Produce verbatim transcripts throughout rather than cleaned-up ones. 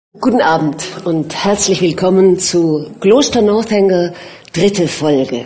Guten Abend und herzlich willkommen zu Kloster Northanger, dritte Folge.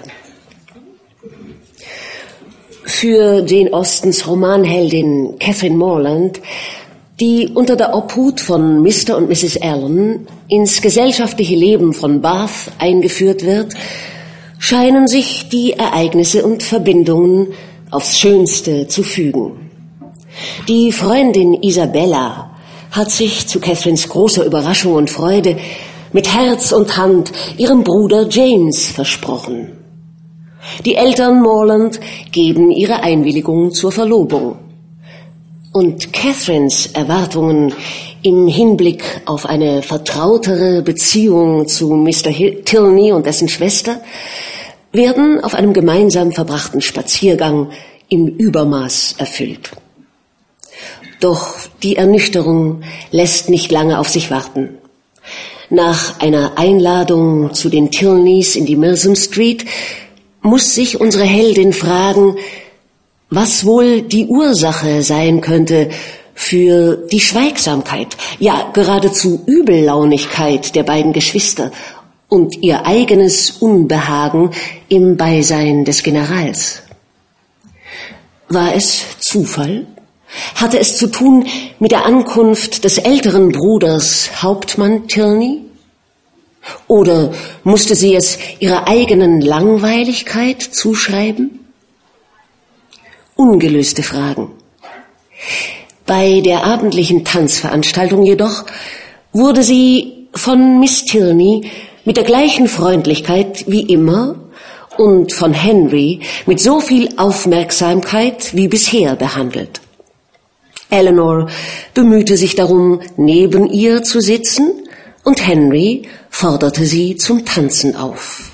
Für Jane Austens Romanheldin Catherine Morland, die unter der Obhut von Mister und Misses Allen ins gesellschaftliche Leben von Bath eingeführt wird, scheinen sich die Ereignisse und Verbindungen aufs Schönste zu fügen. Die Freundin Isabella hat sich zu Catherines großer Überraschung und Freude mit Herz und Hand ihrem Bruder James versprochen. Die Eltern Morland geben ihre Einwilligung zur Verlobung. Und Catherines Erwartungen im Hinblick auf eine vertrautere Beziehung zu Mister Tilney und dessen Schwester werden auf einem gemeinsam verbrachten Spaziergang im Übermaß erfüllt. Doch die Ernüchterung lässt nicht lange auf sich warten. Nach einer Einladung zu den Tilneys in die Milsom Street muss sich unsere Heldin fragen, was wohl die Ursache sein könnte für die Schweigsamkeit, ja geradezu Übellaunigkeit der beiden Geschwister und ihr eigenes Unbehagen im Beisein des Generals. War es Zufall? Hatte es zu tun mit der Ankunft des älteren Bruders Hauptmann Tilney? Oder musste sie es ihrer eigenen Langweiligkeit zuschreiben? Ungelöste Fragen. Bei der abendlichen Tanzveranstaltung jedoch wurde sie von Miss Tilney mit der gleichen Freundlichkeit wie immer und von Henry mit so viel Aufmerksamkeit wie bisher behandelt. Eleanor bemühte sich darum, neben ihr zu sitzen, und Henry forderte sie zum Tanzen auf.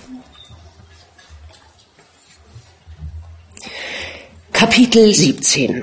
Kapitel siebzehn.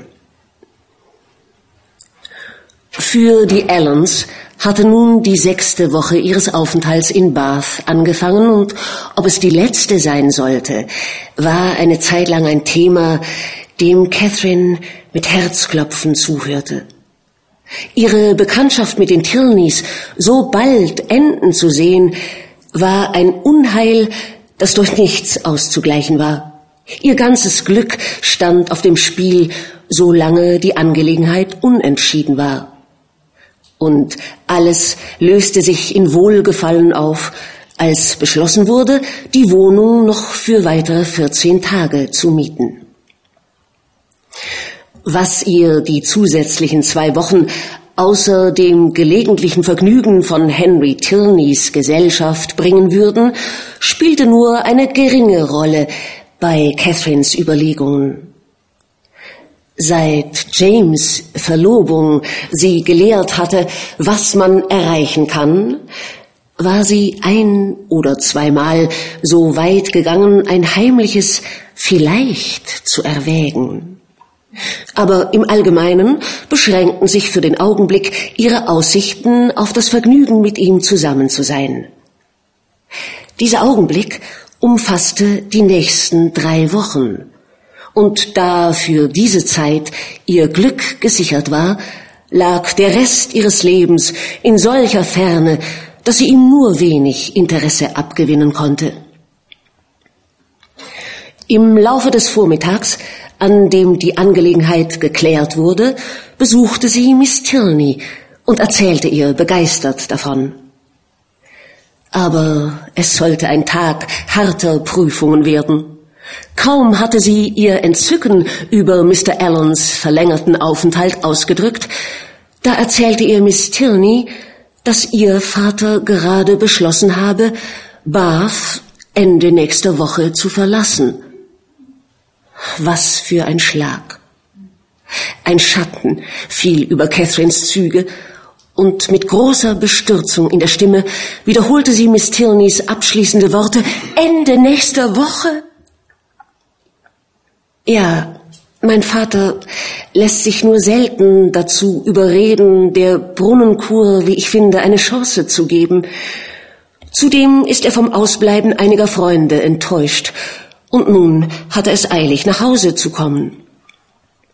Für die Allens hatte nun die sechste Woche ihres Aufenthalts in Bath angefangen, und ob es die letzte sein sollte, war eine Zeit lang ein Thema, dem Catherine mit Herzklopfen zuhörte. Ihre Bekanntschaft mit den Tilneys so bald enden zu sehen, war ein Unheil, das durch nichts auszugleichen war. Ihr ganzes Glück stand auf dem Spiel, solange die Angelegenheit unentschieden war. Und alles löste sich in Wohlgefallen auf, als beschlossen wurde, die Wohnung noch für weitere vierzehn Tage zu mieten. Was ihr die zusätzlichen zwei Wochen außer dem gelegentlichen Vergnügen von Henry Tilneys Gesellschaft bringen würden, spielte nur eine geringe Rolle bei Catherines Überlegungen. Seit James' Verlobung sie gelehrt hatte, was man erreichen kann, war sie ein oder zweimal so weit gegangen, ein heimliches Vielleicht zu erwägen. Aber im Allgemeinen beschränkten sich für den Augenblick ihre Aussichten auf das Vergnügen, mit ihm zusammen zu sein. Dieser Augenblick umfasste die nächsten drei Wochen. Und da für diese Zeit ihr Glück gesichert war, lag der Rest ihres Lebens in solcher Ferne, dass sie ihm nur wenig Interesse abgewinnen konnte. Im Laufe des Vormittags, an dem die Angelegenheit geklärt wurde, besuchte sie Miss Tilney und erzählte ihr begeistert davon. Aber es sollte ein Tag harter Prüfungen werden. Kaum hatte sie ihr Entzücken über Mister Allens verlängerten Aufenthalt ausgedrückt, da erzählte ihr Miss Tilney, dass ihr Vater gerade beschlossen habe, Bath Ende nächster Woche zu verlassen. Was für ein Schlag! Ein Schatten fiel über Catherines Züge, und mit großer Bestürzung in der Stimme wiederholte sie Miss Tilneys abschließende Worte: Ende nächster Woche? Ja, mein Vater lässt sich nur selten dazu überreden, der Brunnenkur, wie ich finde, eine Chance zu geben. Zudem ist er vom Ausbleiben einiger Freunde enttäuscht, und nun hat er es eilig, nach Hause zu kommen.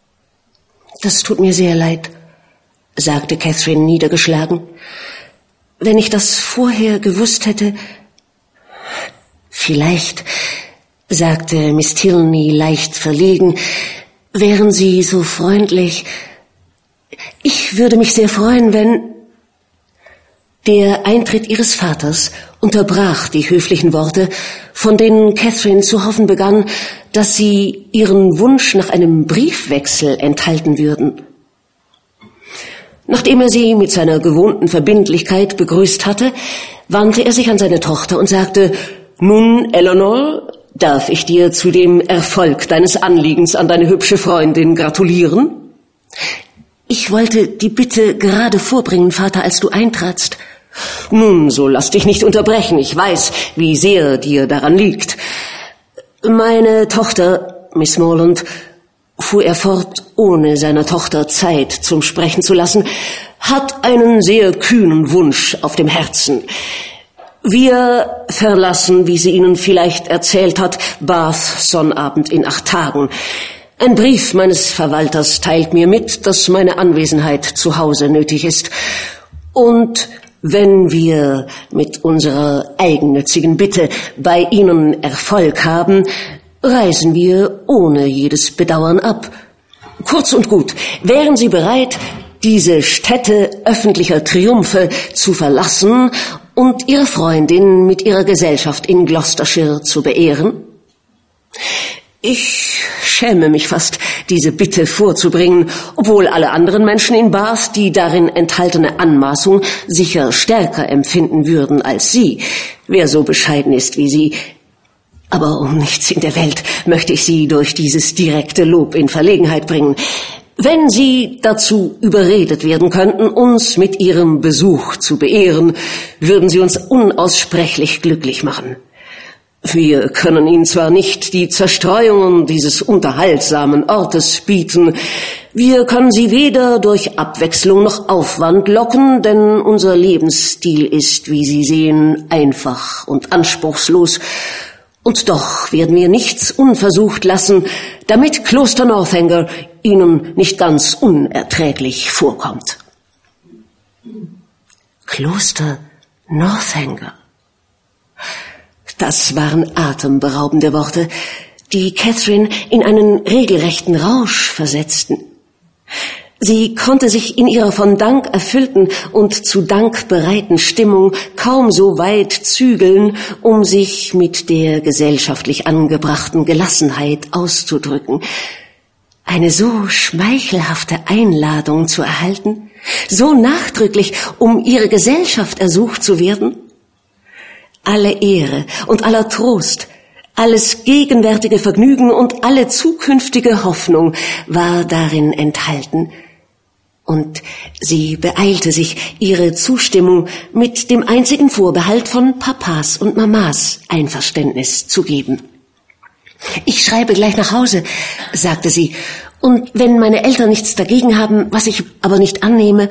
Das tut mir sehr leid, sagte Catherine niedergeschlagen. wenn ich das vorher gewusst hätte. Vielleicht, sagte Miss Tilney leicht verlegen, wären Sie so freundlich. Ich würde mich sehr freuen, wenn... Der Eintritt ihres Vaters unterbrach die höflichen Worte, von denen Catherine zu hoffen begann, dass sie ihren Wunsch nach einem Briefwechsel enthalten würden. Nachdem er sie mit seiner gewohnten Verbindlichkeit begrüßt hatte, wandte er sich an seine Tochter und sagte, »Nun, Eleanor, darf ich dir zu dem Erfolg deines Anliegens an deine hübsche Freundin gratulieren?« »Ich wollte die Bitte gerade vorbringen, Vater, als du eintratst.« »Nun, so lass dich nicht unterbrechen. Ich weiß, wie sehr dir daran liegt. Meine Tochter, Miss Morland«, fuhr er fort, ohne seiner Tochter Zeit zum Sprechen zu lassen, »hat einen sehr kühnen Wunsch auf dem Herzen. Wir verlassen, wie sie Ihnen vielleicht erzählt hat, Bath Sonnabend in acht Tagen. Ein Brief meines Verwalters teilt mir mit, dass meine Anwesenheit zu Hause nötig ist. Und wenn wir mit unserer eigennützigen Bitte bei Ihnen Erfolg haben, reisen wir ohne jedes Bedauern ab. Kurz und gut, wären Sie bereit, diese Stätte öffentlicher Triumphe zu verlassen und Ihre Freundin mit ihrer Gesellschaft in Gloucestershire zu beehren?« Ich schäme mich fast, diese Bitte vorzubringen, obwohl alle anderen Menschen in Bath die darin enthaltene Anmaßung sicher stärker empfinden würden als Sie, wer so bescheiden ist wie Sie. Aber um nichts in der Welt möchte ich Sie durch dieses direkte Lob in Verlegenheit bringen. Wenn Sie dazu überredet werden könnten, uns mit Ihrem Besuch zu beehren, würden Sie uns unaussprechlich glücklich machen. Wir können Ihnen zwar nicht die Zerstreuungen dieses unterhaltsamen Ortes bieten, wir können Sie weder durch Abwechslung noch Aufwand locken, denn unser Lebensstil ist, wie Sie sehen, einfach und anspruchslos. Und doch werden wir nichts unversucht lassen, damit Kloster Northanger Ihnen nicht ganz unerträglich vorkommt. Kloster Northanger. Das waren atemberaubende Worte, die Catherine in einen regelrechten Rausch versetzten. Sie konnte sich in ihrer von Dank erfüllten und zu Dank bereiten Stimmung kaum so weit zügeln, um sich mit der gesellschaftlich angebrachten Gelassenheit auszudrücken. Eine so schmeichelhafte Einladung zu erhalten, so nachdrücklich, um ihre Gesellschaft ersucht zu werden? Alle Ehre und aller Trost, alles gegenwärtige Vergnügen und alle zukünftige Hoffnung war darin enthalten. Und sie beeilte sich, ihre Zustimmung mit dem einzigen Vorbehalt von Papas und Mamas Einverständnis zu geben. »Ich schreibe gleich nach Hause«, sagte sie, »und wenn meine Eltern nichts dagegen haben, was ich aber nicht annehme...«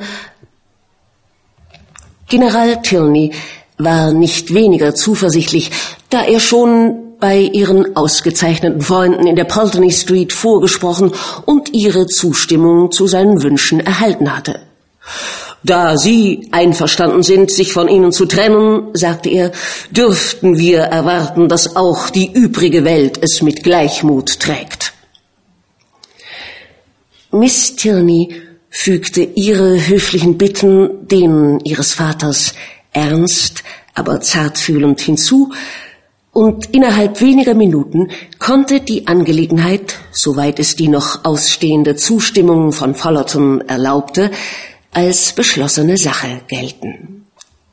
General Tilney war nicht weniger zuversichtlich, da er schon bei ihren ausgezeichneten Freunden in der Pulteney Street vorgesprochen und ihre Zustimmung zu seinen Wünschen erhalten hatte. »Da Sie einverstanden sind, sich von Ihnen zu trennen«, sagte er, »dürften wir erwarten, dass auch die übrige Welt es mit Gleichmut trägt.« Miss Tilney fügte ihre höflichen Bitten denen ihres Vaters ernst, aber zartfühlend hinzu, und innerhalb weniger Minuten konnte die Angelegenheit, soweit es die noch ausstehende Zustimmung von Fullerton erlaubte, als beschlossene Sache gelten.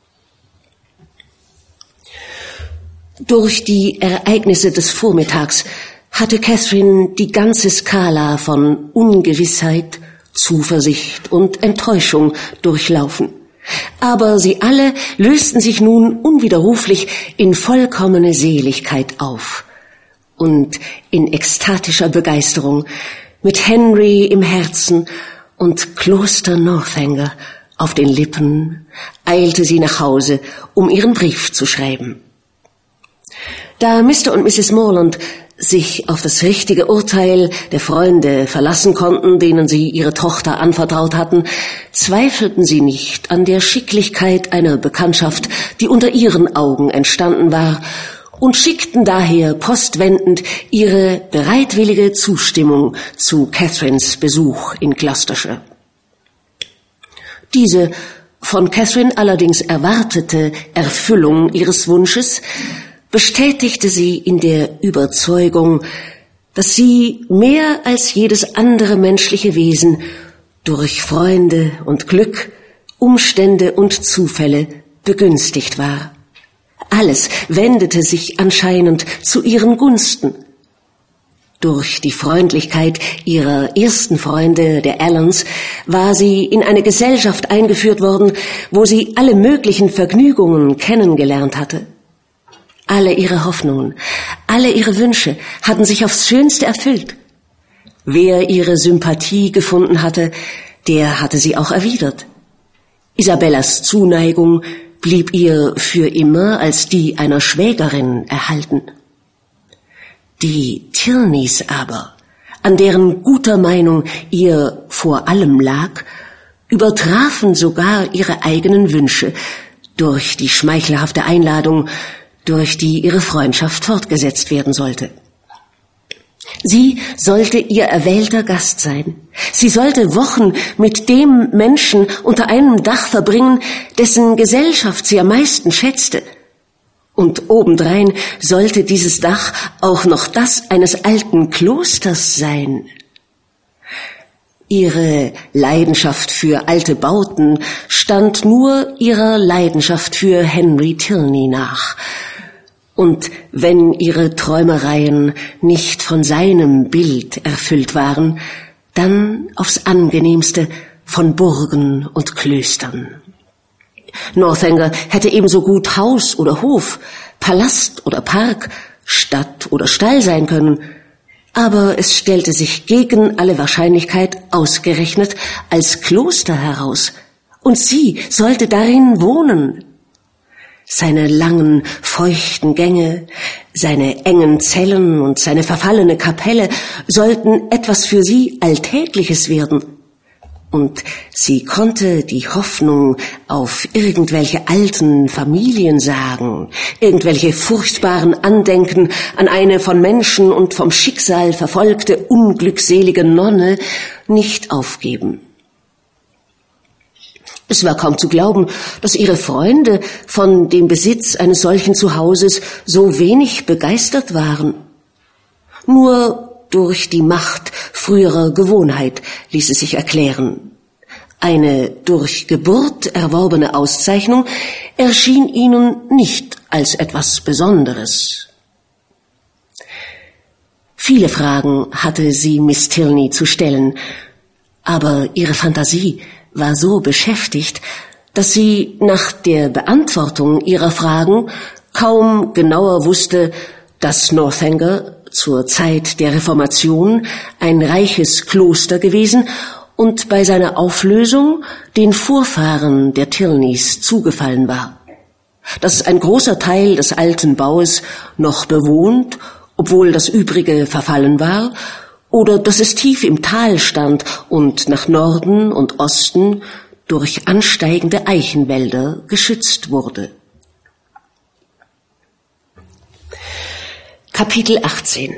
Durch die Ereignisse des Vormittags hatte Catherine die ganze Skala von Ungewissheit, Zuversicht und Enttäuschung durchlaufen. Aber sie alle lösten sich nun unwiderruflich in vollkommene Seligkeit auf und in ekstatischer Begeisterung, mit Henry im Herzen und Kloster Northanger auf den Lippen, eilte sie nach Hause, um ihren Brief zu schreiben. Da Mister und Misses Morland sich auf das richtige Urteil der Freunde verlassen konnten, denen sie ihre Tochter anvertraut hatten, zweifelten sie nicht an der Schicklichkeit einer Bekanntschaft, die unter ihren Augen entstanden war, und schickten daher postwendend ihre bereitwillige Zustimmung zu Catherines Besuch in Gloucestershire. Diese von Catherine allerdings erwartete Erfüllung ihres Wunsches bestätigte sie in der Überzeugung, dass sie mehr als jedes andere menschliche Wesen durch Freunde und Glück, Umstände und Zufälle begünstigt war. Alles wendete sich anscheinend zu ihren Gunsten. Durch die Freundlichkeit ihrer ersten Freunde, der Allens, war sie in eine Gesellschaft eingeführt worden, wo sie alle möglichen Vergnügungen kennengelernt hatte. Alle ihre Hoffnungen, alle ihre Wünsche hatten sich aufs Schönste erfüllt. Wer ihre Sympathie gefunden hatte, der hatte sie auch erwidert. Isabellas Zuneigung blieb ihr für immer als die einer Schwägerin erhalten. Die Tilneys aber, an deren guter Meinung ihr vor allem lag, übertrafen sogar ihre eigenen Wünsche durch die schmeichelhafte Einladung, durch die ihre Freundschaft fortgesetzt werden sollte. Sie sollte ihr erwählter Gast sein. Sie sollte Wochen mit dem Menschen unter einem Dach verbringen, dessen Gesellschaft sie am meisten schätzte. Und obendrein sollte dieses Dach auch noch das eines alten Klosters sein. Ihre Leidenschaft für alte Bauten stand nur ihrer Leidenschaft für Henry Tilney nach. Und wenn ihre Träumereien nicht von seinem Bild erfüllt waren, dann aufs angenehmste von Burgen und Klöstern. Northanger hätte ebenso gut Haus oder Hof, Palast oder Park, Stadt oder Stall sein können, aber es stellte sich gegen alle Wahrscheinlichkeit ausgerechnet als Kloster heraus, und sie sollte darin wohnen. Seine langen, feuchten Gänge, seine engen Zellen und seine verfallene Kapelle sollten etwas für sie Alltägliches werden. Und sie konnte die Hoffnung auf irgendwelche alten Familiensagen, irgendwelche furchtbaren Andenken an eine von Menschen und vom Schicksal verfolgte unglückselige Nonne nicht aufgeben. Es war kaum zu glauben, dass ihre Freunde von dem Besitz eines solchen Zuhauses so wenig begeistert waren. Nur durch die Macht früherer Gewohnheit ließ es sich erklären. Eine durch Geburt erworbene Auszeichnung erschien ihnen nicht als etwas Besonderes. Viele Fragen hatte sie Miss Tilney zu stellen, aber ihre Fantasie war so beschäftigt, dass sie nach der Beantwortung ihrer Fragen kaum genauer wusste, dass Northanger zur Zeit der Reformation ein reiches Kloster gewesen und bei seiner Auflösung den Vorfahren der Tilneys zugefallen war, dass ein großer Teil des alten Baues noch bewohnt, obwohl das Übrige verfallen war, oder dass es tief im Tal stand und nach Norden und Osten durch ansteigende Eichenwälder geschützt wurde. Kapitel achtzehn.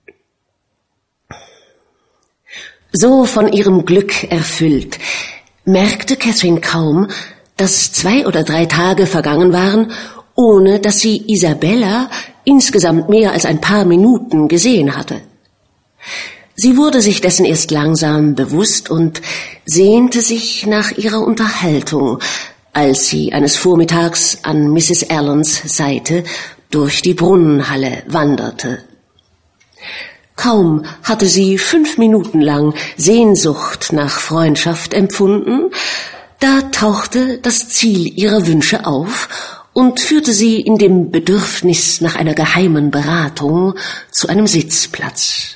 So von ihrem Glück erfüllt, merkte Catherine kaum, dass zwei oder drei Tage vergangen waren, ohne dass sie Isabella insgesamt mehr als ein paar Minuten gesehen hatte. Sie wurde sich dessen erst langsam bewusst und sehnte sich nach ihrer Unterhaltung, als sie eines Vormittags an Misses Allens Seite durch die Brunnenhalle wanderte. Kaum hatte sie fünf Minuten lang Sehnsucht nach Freundschaft empfunden, da tauchte das Ziel ihrer Wünsche auf und führte sie in dem Bedürfnis nach einer geheimen Beratung zu einem Sitzplatz.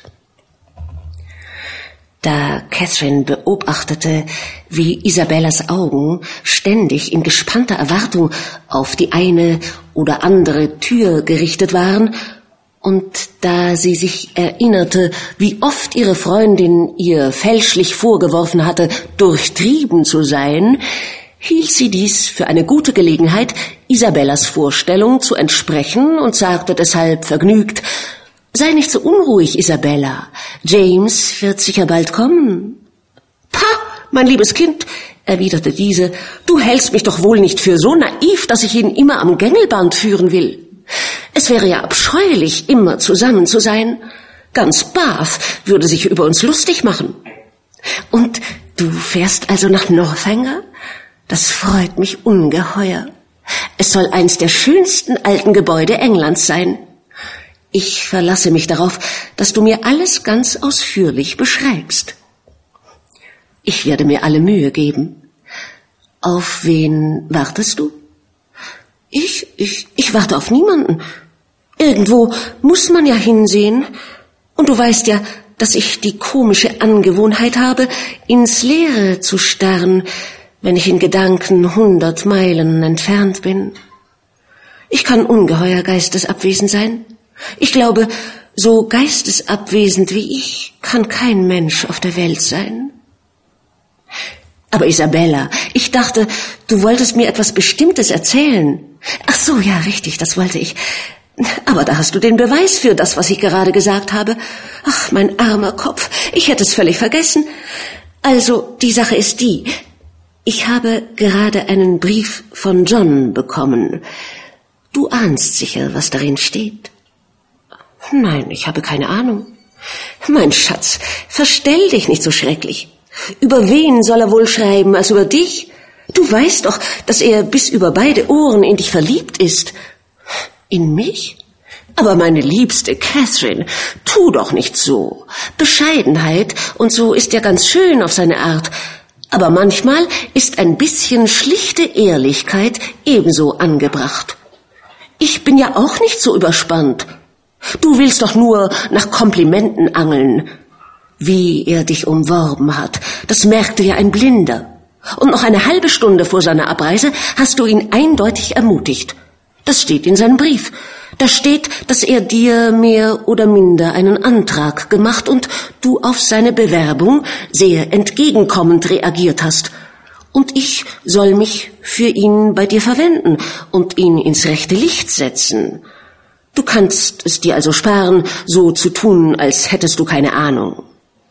Da Catherine beobachtete, wie Isabellas Augen ständig in gespannter Erwartung auf die eine oder andere Tür gerichtet waren, Und da sie sich erinnerte, wie oft ihre Freundin ihr fälschlich vorgeworfen hatte, durchtrieben zu sein, hielt sie dies für eine gute Gelegenheit, Isabellas Vorstellung zu entsprechen und sagte deshalb vergnügt: »Sei nicht so unruhig, Isabella. James wird sicher bald kommen.« »Pah, mein liebes Kind«, erwiderte diese, »du hältst mich doch wohl nicht für so naiv, dass ich ihn immer am Gängelband führen will. Es wäre ja abscheulich, immer zusammen zu sein. Ganz Bath würde sich über uns lustig machen. Und du fährst also nach Northanger? Das freut mich ungeheuer. Es soll eins der schönsten alten Gebäude Englands sein. Ich verlasse mich darauf, dass du mir alles ganz ausführlich beschreibst.« »Ich werde mir alle Mühe geben. Auf wen wartest du?« Ich, ich, ich warte auf niemanden. Irgendwo muss man ja hinsehen. Und du weißt ja, dass ich die komische Angewohnheit habe, ins Leere zu starren, wenn ich in Gedanken hundert Meilen entfernt bin. Ich kann ungeheuer geistesabwesend sein. Ich glaube, so geistesabwesend wie ich kann kein Mensch auf der Welt sein. Aber Isabella, ich dachte, du wolltest mir etwas Bestimmtes erzählen. Ach so, ja, richtig, das wollte ich. Aber da hast du den Beweis für das, was ich gerade gesagt habe. Ach, mein armer Kopf, ich hätte es völlig vergessen. Also, die Sache ist die. Ich habe gerade einen Brief von John bekommen. Du ahnst sicher, was darin steht. Nein, ich habe keine Ahnung. Mein Schatz, verstell dich nicht so schrecklich. Über wen soll er wohl schreiben als über dich? Du weißt doch, dass er bis über beide Ohren in dich verliebt ist. In mich? Aber meine liebste Catherine, tu doch nicht so. Bescheidenheit und so ist ja ganz schön auf seine Art. Aber manchmal ist ein bisschen schlichte Ehrlichkeit ebenso angebracht. Ich bin ja auch nicht so überspannt. Du willst doch nur nach Komplimenten angeln. Wie er dich umworben hat, das merkte ja ein Blinder. Und noch eine halbe Stunde vor seiner Abreise hast du ihn eindeutig ermutigt. Das steht in seinem Brief. Da steht, dass er dir mehr oder minder einen Antrag gemacht und du auf seine Bewerbung sehr entgegenkommend reagiert hast. Und ich soll mich für ihn bei dir verwenden und ihn ins rechte Licht setzen. Du kannst es dir also sparen, so zu tun, als hättest du keine Ahnung.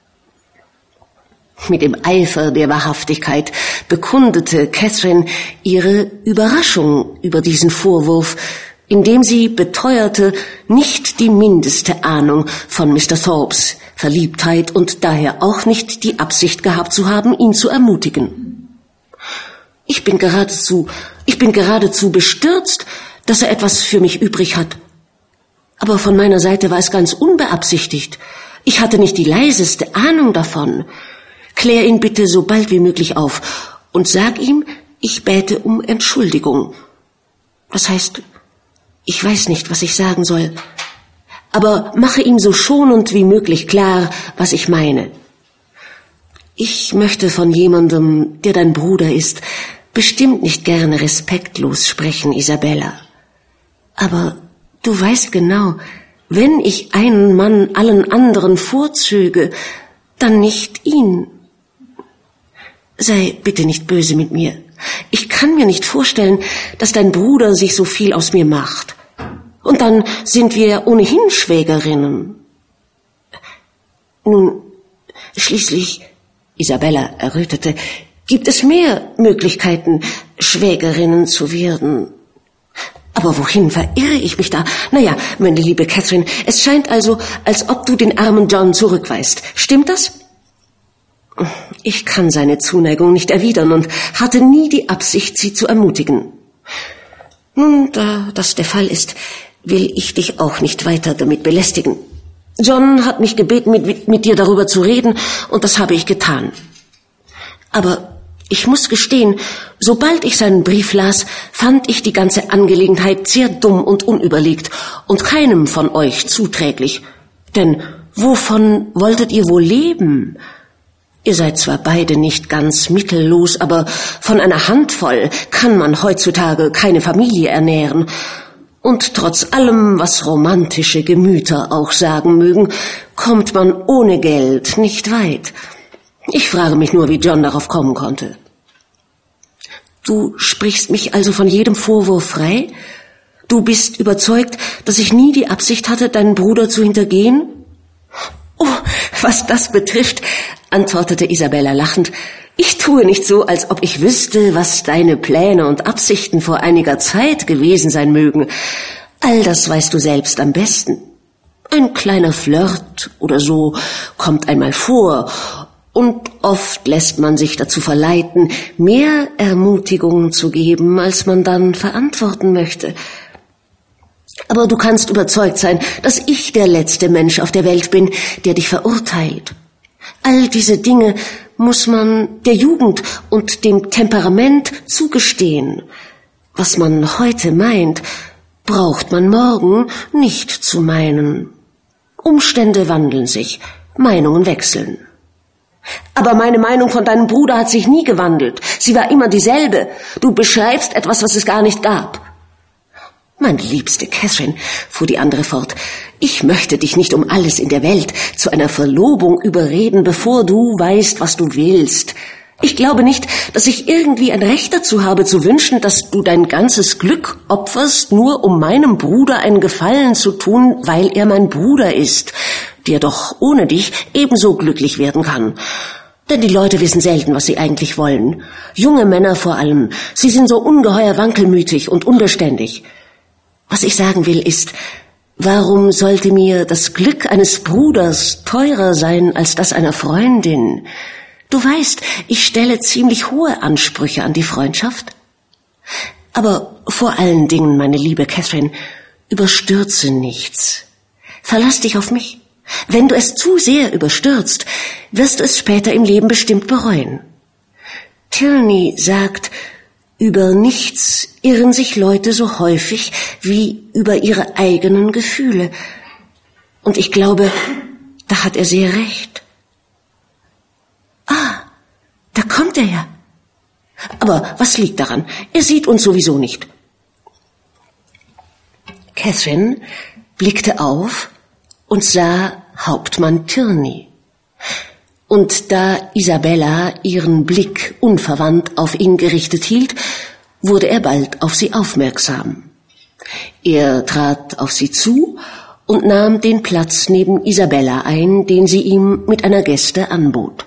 Mit dem Eifer der Wahrhaftigkeit bekundete Catherine ihre Überraschung über diesen Vorwurf, indem sie beteuerte, nicht die mindeste Ahnung von Mister Thorpes Verliebtheit und daher auch nicht die Absicht gehabt zu haben, ihn zu ermutigen. Ich bin geradezu, ich bin geradezu bestürzt, dass er etwas für mich übrig hat. Aber von meiner Seite war es ganz unbeabsichtigt. Ich hatte nicht die leiseste Ahnung davon. Klär ihn bitte so bald wie möglich auf und sag ihm, ich bäte um Entschuldigung. Das heißt, ich weiß nicht, was ich sagen soll, aber mache ihm so schonend wie möglich klar, was ich meine. Ich möchte von jemandem, der dein Bruder ist, bestimmt nicht gerne respektlos sprechen, Isabella. Aber du weißt genau, wenn ich einen Mann allen anderen vorzöge, dann nicht ihn. Sei bitte nicht böse mit mir. Ich kann mir nicht vorstellen, dass dein Bruder sich so viel aus mir macht. Und dann sind wir ohnehin Schwägerinnen. Nun, schließlich, Isabella errötete, gibt es mehr Möglichkeiten, Schwägerinnen zu werden. Aber wohin verirre ich mich da? Naja, meine liebe Catherine, es scheint also, als ob du den armen John zurückweist. Stimmt das? Ich kann seine Zuneigung nicht erwidern und hatte nie die Absicht, sie zu ermutigen. Nun, da das der Fall ist, will ich dich auch nicht weiter damit belästigen. John hat mich gebeten, mit, mit dir darüber zu reden, und das habe ich getan. Aber ich muss gestehen, sobald ich seinen Brief las, fand ich die ganze Angelegenheit sehr dumm und unüberlegt und keinem von euch zuträglich. Denn wovon wolltet ihr wohl leben? Ihr seid zwar beide nicht ganz mittellos, aber von einer Handvoll kann man heutzutage keine Familie ernähren. Und trotz allem, was romantische Gemüter auch sagen mögen, kommt man ohne Geld nicht weit. Ich frage mich nur, wie John darauf kommen konnte. Du sprichst mich also von jedem Vorwurf frei? Du bist überzeugt, dass ich nie die Absicht hatte, deinen Bruder zu hintergehen? Oh, was das betrifft, antwortete Isabella lachend, ich tue nicht so, als ob ich wüsste, was deine Pläne und Absichten vor einiger Zeit gewesen sein mögen. All das weißt du selbst am besten. Ein kleiner Flirt oder so kommt einmal vor, und oft lässt man sich dazu verleiten, mehr Ermutigungen zu geben, als man dann verantworten möchte. Aber du kannst überzeugt sein, dass ich der letzte Mensch auf der Welt bin, der dich verurteilt. All diese Dinge muss man der Jugend und dem Temperament zugestehen. Was man heute meint, braucht man morgen nicht zu meinen. Umstände wandeln sich, Meinungen wechseln. Aber meine Meinung von deinem Bruder hat sich nie gewandelt. Sie war immer dieselbe. Du beschreibst etwas, was es gar nicht gab. Meine liebste Catherine, fuhr die andere fort, ich möchte dich nicht um alles in der Welt zu einer Verlobung überreden, bevor du weißt, was du willst. Ich glaube nicht, dass ich irgendwie ein Recht dazu habe, zu wünschen, dass du dein ganzes Glück opferst, nur um meinem Bruder einen Gefallen zu tun, weil er mein Bruder ist, der doch ohne dich ebenso glücklich werden kann. Denn die Leute wissen selten, was sie eigentlich wollen. Junge Männer vor allem, sie sind so ungeheuer wankelmütig und unbeständig. Was ich sagen will ist, warum sollte mir das Glück eines Bruders teurer sein als das einer Freundin? Du weißt, ich stelle ziemlich hohe Ansprüche an die Freundschaft. Aber vor allen Dingen, meine liebe Catherine, überstürze nichts. Verlass dich auf mich. Wenn du es zu sehr überstürzt, wirst du es später im Leben bestimmt bereuen. Tilney sagt, über nichts irren sich Leute so häufig wie über ihre eigenen Gefühle. Und ich glaube, da hat er sehr recht. Ah, da kommt er ja. Aber was liegt daran? Er sieht uns sowieso nicht. Catherine blickte auf und sah Hauptmann Tilney. Und da Isabella ihren Blick unverwandt auf ihn gerichtet hielt, wurde er bald auf sie aufmerksam. Er trat auf sie zu und nahm den Platz neben Isabella ein, den sie ihm mit einer Geste anbot.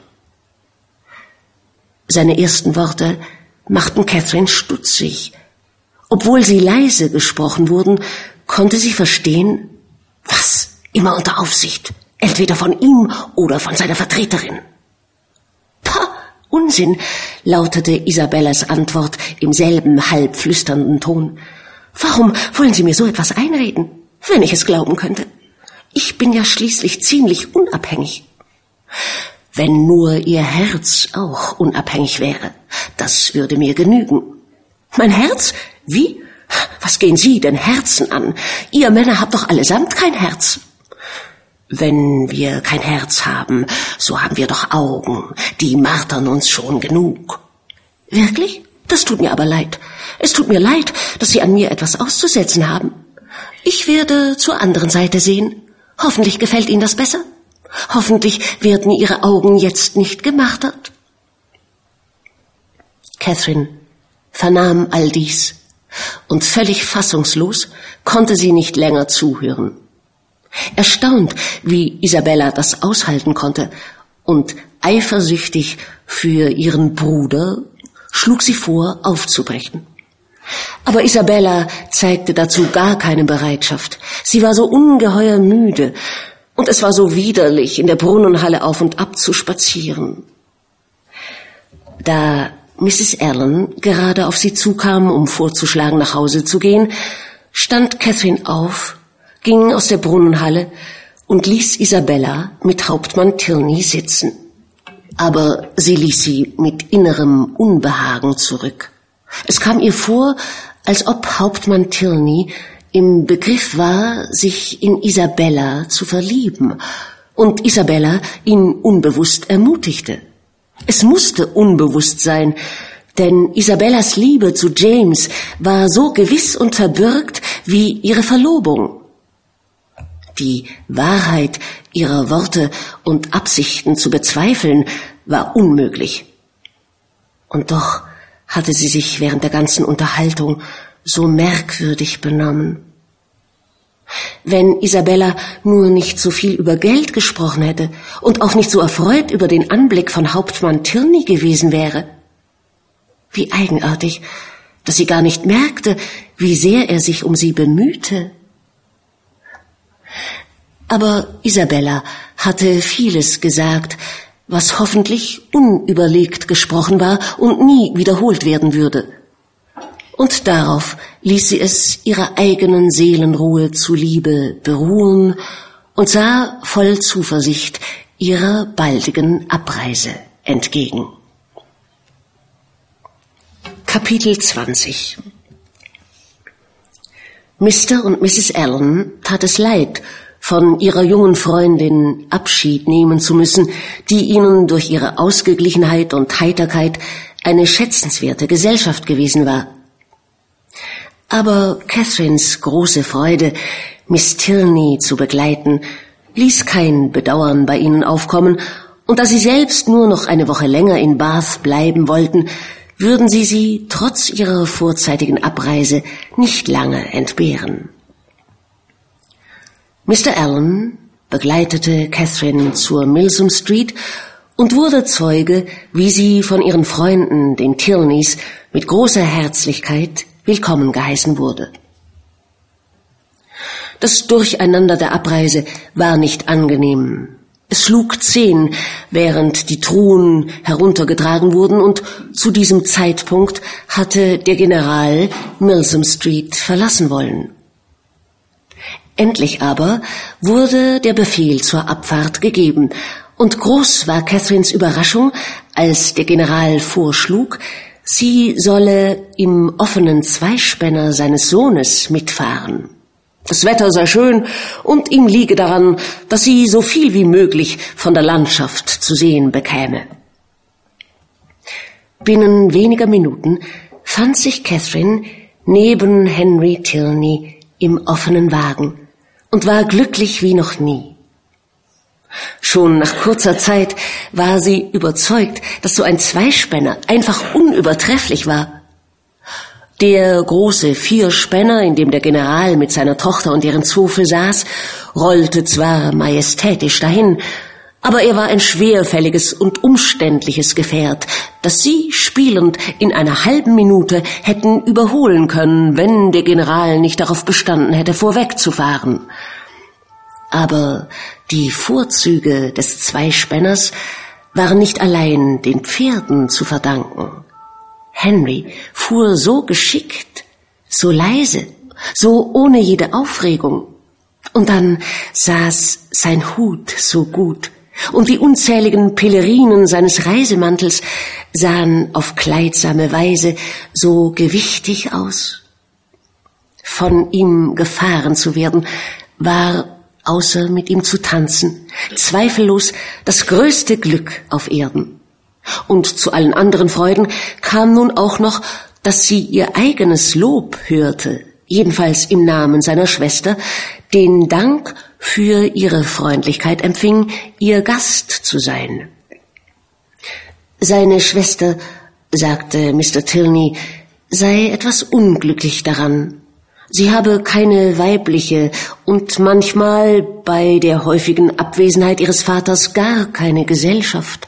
Seine ersten Worte machten Catherine stutzig. Obwohl sie leise gesprochen wurden, konnte sie verstehen, was, immer unter Aufsicht, entweder von ihm oder von seiner Vertreterin. Pah, Unsinn, lautete Isabellas Antwort im selben halb flüsternden Ton. Warum wollen Sie mir so etwas einreden, wenn ich es glauben könnte? Ich bin ja schließlich ziemlich unabhängig. Wenn nur Ihr Herz auch unabhängig wäre, das würde mir genügen. Mein Herz? Wie? Was gehen Sie denn Herzen an? Ihr Männer habt doch allesamt kein Herz. Wenn wir kein Herz haben, so haben wir doch Augen, die martern uns schon genug. Wirklich? Das tut mir aber leid. Es tut mir leid, dass Sie an mir etwas auszusetzen haben. Ich werde zur anderen Seite sehen. Hoffentlich gefällt Ihnen das besser. Hoffentlich werden Ihre Augen jetzt nicht gemartert. Catherine vernahm all dies, und völlig fassungslos konnte sie nicht länger zuhören. Erstaunt, wie Isabella das aushalten konnte, und eifersüchtig für ihren Bruder, schlug sie vor, aufzubrechen. Aber Isabella zeigte dazu gar keine Bereitschaft. Sie war so ungeheuer müde, und es war so widerlich, in der Brunnenhalle auf und ab zu spazieren. Da Misses Allen gerade auf sie zukam, um vorzuschlagen, nach Hause zu gehen, stand Catherine auf, ging aus der Brunnenhalle und ließ Isabella mit Hauptmann Tilney sitzen. Aber sie ließ sie mit innerem Unbehagen zurück. Es kam ihr vor, als ob Hauptmann Tilney im Begriff war, sich in Isabella zu verlieben, und Isabella ihn unbewusst ermutigte. Es musste unbewusst sein, denn Isabellas Liebe zu James war so gewiss und verbürgt wie ihre Verlobung. Die Wahrheit ihrer Worte und Absichten zu bezweifeln, war unmöglich. Und doch hatte sie sich während der ganzen Unterhaltung so merkwürdig benommen. Wenn Isabella nur nicht so viel über Geld gesprochen hätte und auch nicht so erfreut über den Anblick von Hauptmann Tierney gewesen wäre. Wie eigenartig, dass sie gar nicht merkte, wie sehr er sich um sie bemühte. Aber Isabella hatte vieles gesagt, was hoffentlich unüberlegt gesprochen war und nie wiederholt werden würde. Und darauf ließ sie es ihrer eigenen Seelenruhe zuliebe beruhen und sah voll Zuversicht ihrer baldigen Abreise entgegen. Kapitel zwanzig. Mister und Misses Allen tat es leid, von ihrer jungen Freundin Abschied nehmen zu müssen, die ihnen durch ihre Ausgeglichenheit und Heiterkeit eine schätzenswerte Gesellschaft gewesen war. Aber Catherines große Freude, Miss Tierney zu begleiten, ließ kein Bedauern bei ihnen aufkommen, und da sie selbst nur noch eine Woche länger in Bath bleiben wollten, würden sie sie trotz ihrer vorzeitigen Abreise nicht lange entbehren. Mister Allen begleitete Catherine zur Milsom Street und wurde Zeuge, wie sie von ihren Freunden, den Tierneys, mit großer Herzlichkeit willkommen geheißen wurde. Das Durcheinander der Abreise war nicht angenehm. Es schlug zehn, während die Truhen heruntergetragen wurden, und zu diesem Zeitpunkt hatte der General Milsom Street verlassen wollen. Endlich aber wurde der Befehl zur Abfahrt gegeben, und groß war Catherines Überraschung, als der General vorschlug, sie solle im offenen Zweispänner seines Sohnes mitfahren. Das Wetter sei schön und ihm liege daran, dass sie so viel wie möglich von der Landschaft zu sehen bekäme. Binnen weniger Minuten fand sich Catherine neben Henry Tierney im offenen Wagen und war glücklich wie noch nie. Schon nach kurzer Zeit war sie überzeugt, dass so ein Zweispänner einfach unübertrefflich war. Der große Vierspänner, in dem der General mit seiner Tochter und ihren Zofe saß, rollte zwar majestätisch dahin, aber er war ein schwerfälliges und umständliches Gefährt, das sie spielend in einer halben Minute hätten überholen können, wenn der General nicht darauf bestanden hätte, vorwegzufahren. Aber die Vorzüge des Zweispänners waren nicht allein den Pferden zu verdanken. Henry fuhr so geschickt, so leise, so ohne jede Aufregung. Und dann saß sein Hut so gut, und die unzähligen Pelerinen seines Reisemantels sahen auf kleidsame Weise so gewichtig aus. Von ihm gefahren zu werden, war, außer mit ihm zu tanzen, zweifellos das größte Glück auf Erden. Und zu allen anderen Freuden kam nun auch noch, dass sie ihr eigenes Lob hörte, jedenfalls im Namen seiner Schwester, den Dank für ihre Freundlichkeit empfing, ihr Gast zu sein. Seine Schwester, sagte Mister Tierney, sei etwas unglücklich daran. Sie habe keine weibliche und manchmal bei der häufigen Abwesenheit ihres Vaters gar keine Gesellschaft.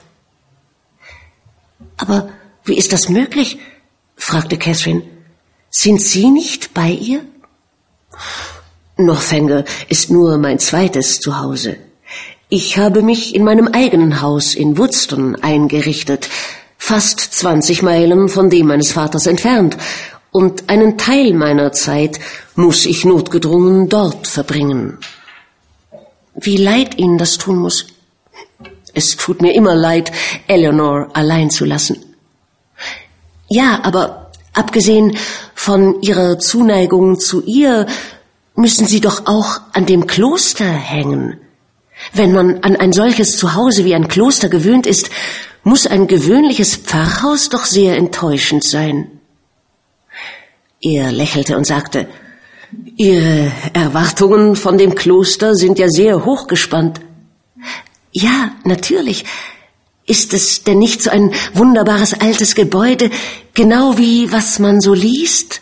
»Aber wie ist das möglich?« fragte Catherine. »Sind Sie nicht bei ihr?« »Northanger ist nur mein zweites Zuhause. Ich habe mich in meinem eigenen Haus in Woodston eingerichtet, fast zwanzig Meilen von dem meines Vaters entfernt, und einen Teil meiner Zeit muss ich notgedrungen dort verbringen.« »Wie leid Ihnen das tun muss?« »Es tut mir immer leid, Eleanor allein zu lassen.« »Ja, aber abgesehen von Ihrer Zuneigung zu ihr, müssen Sie doch auch an dem Kloster hängen. Wenn man an ein solches Zuhause wie ein Kloster gewöhnt ist, muss ein gewöhnliches Pfarrhaus doch sehr enttäuschend sein.« Er lächelte und sagte, Ihre Erwartungen von dem Kloster sind ja sehr hochgespannt. Ja, natürlich. Ist es denn nicht so ein wunderbares altes Gebäude, genau wie was man so liest?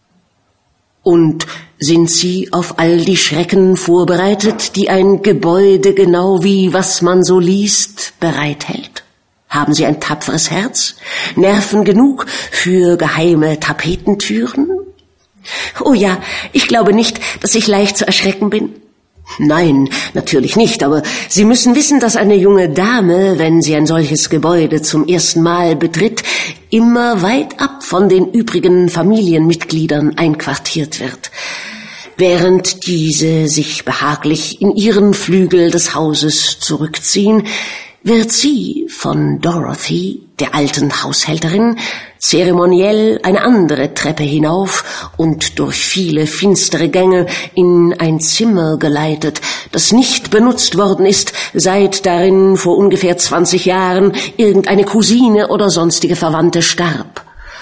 Und sind Sie auf all die Schrecken vorbereitet, die ein Gebäude genau wie was man so liest bereithält? Haben Sie ein tapferes Herz? Nerven genug für geheime Tapetentüren? Oh ja, ich glaube nicht, dass ich leicht zu erschrecken bin. Nein, natürlich nicht, aber Sie müssen wissen, dass eine junge Dame, wenn sie ein solches Gebäude zum ersten Mal betritt, immer weit ab von den übrigen Familienmitgliedern einquartiert wird, während diese sich behaglich in ihren Flügel des Hauses zurückziehen, wird sie von Dorothy, der alten Haushälterin, zeremoniell eine andere Treppe hinauf und durch viele finstere Gänge in ein Zimmer geleitet, das nicht benutzt worden ist, seit darin vor ungefähr zwanzig Jahren irgendeine Cousine oder sonstige Verwandte starb.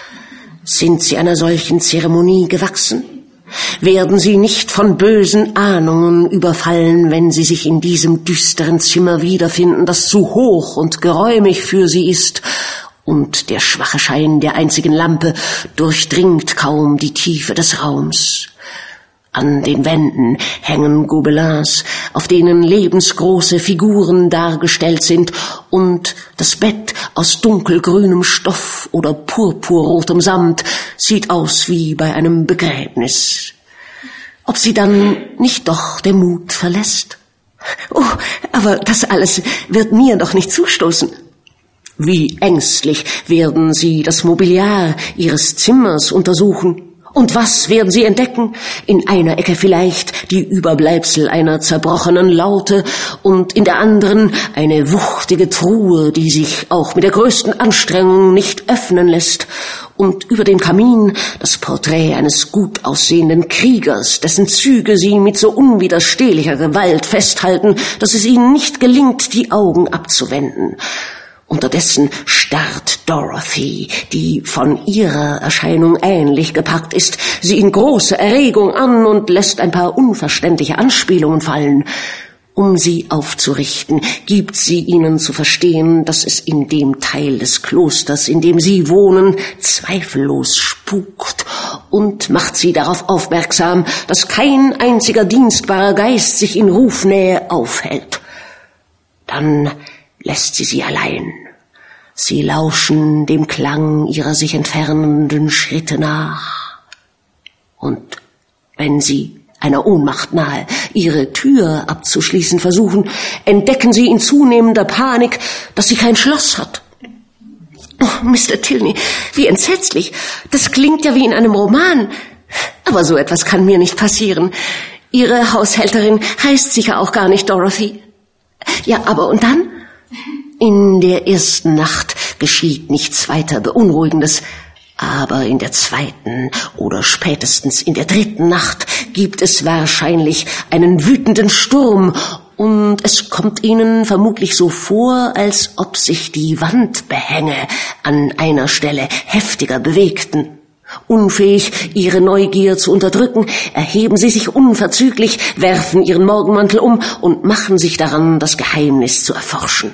Sind Sie einer solchen Zeremonie gewachsen? Werden Sie nicht von bösen Ahnungen überfallen, wenn Sie sich in diesem düsteren Zimmer wiederfinden, das zu hoch und geräumig für Sie ist, und der schwache Schein der einzigen Lampe durchdringt kaum die Tiefe des Raums. An den Wänden hängen Gobelins, auf denen lebensgroße Figuren dargestellt sind, und das Bett aus dunkelgrünem Stoff oder purpurrotem Samt sieht aus wie bei einem Begräbnis. Ob sie dann nicht doch der Mut verlässt? Oh, aber das alles wird mir doch nicht zustoßen. Wie ängstlich werden Sie das Mobiliar Ihres Zimmers untersuchen? Und was werden Sie entdecken? In einer Ecke vielleicht die Überbleibsel einer zerbrochenen Laute und in der anderen eine wuchtige Truhe, die sich auch mit der größten Anstrengung nicht öffnen lässt. Und über dem Kamin das Porträt eines gut aussehenden Kriegers, dessen Züge Sie mit so unwiderstehlicher Gewalt festhalten, dass es Ihnen nicht gelingt, die Augen abzuwenden. Unterdessen starrt Dorothy, die von ihrer Erscheinung ähnlich gepackt ist, sie in großer Erregung an und lässt ein paar unverständliche Anspielungen fallen. Um sie aufzurichten, gibt sie ihnen zu verstehen, dass es in dem Teil des Klosters, in dem sie wohnen, zweifellos spukt, und macht sie darauf aufmerksam, dass kein einziger dienstbarer Geist sich in Rufnähe aufhält. Dann lässt sie sie allein. Sie lauschen dem Klang ihrer sich entfernenden Schritte nach. Und wenn sie einer Ohnmacht nahe ihre Tür abzuschließen versuchen, entdecken sie in zunehmender Panik, dass sie kein Schloss hat. Oh, Mister Tilney, wie entsetzlich. Das klingt ja wie in einem Roman. Aber so etwas kann mir nicht passieren. Ihre Haushälterin heißt sicher auch gar nicht Dorothy. Ja, aber und dann? In der ersten Nacht geschieht nichts weiter Beunruhigendes, aber in der zweiten oder spätestens in der dritten Nacht gibt es wahrscheinlich einen wütenden Sturm, und es kommt Ihnen vermutlich so vor, als ob sich die Wandbehänge an einer Stelle heftiger bewegten. Unfähig, Ihre Neugier zu unterdrücken, erheben Sie sich unverzüglich, werfen Ihren Morgenmantel um und machen sich daran, das Geheimnis zu erforschen.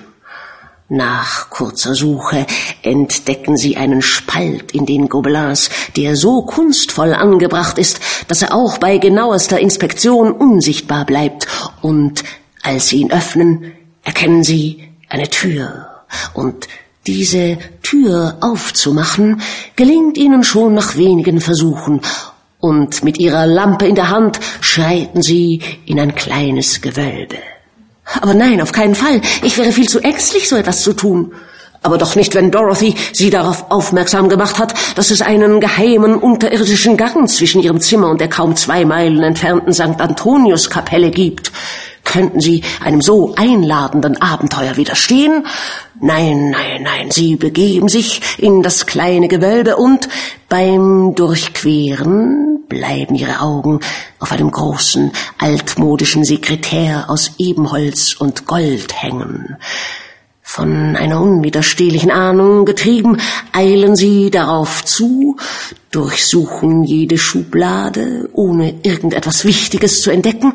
Nach kurzer Suche entdecken Sie einen Spalt in den Gobelins, der so kunstvoll angebracht ist, dass er auch bei genauester Inspektion unsichtbar bleibt, und als Sie ihn öffnen, erkennen Sie eine Tür, und diese Tür aufzumachen gelingt Ihnen schon nach wenigen Versuchen, und mit Ihrer Lampe in der Hand schreiten Sie in ein kleines Gewölbe. Aber nein, auf keinen Fall. Ich wäre viel zu ängstlich, so etwas zu tun. Aber doch nicht, wenn Dorothy Sie darauf aufmerksam gemacht hat, dass es einen geheimen unterirdischen Gang zwischen Ihrem Zimmer und der kaum zwei Meilen entfernten Sankt Antonius-Kapelle gibt. Könnten Sie einem so einladenden Abenteuer widerstehen? Nein, nein, nein, Sie begeben sich in das kleine Gewölbe, und beim Durchqueren bleiben Ihre Augen auf einem großen, altmodischen Sekretär aus Ebenholz und Gold hängen. Von einer unwiderstehlichen Ahnung getrieben, eilen sie darauf zu, durchsuchen jede Schublade, ohne irgendetwas Wichtiges zu entdecken,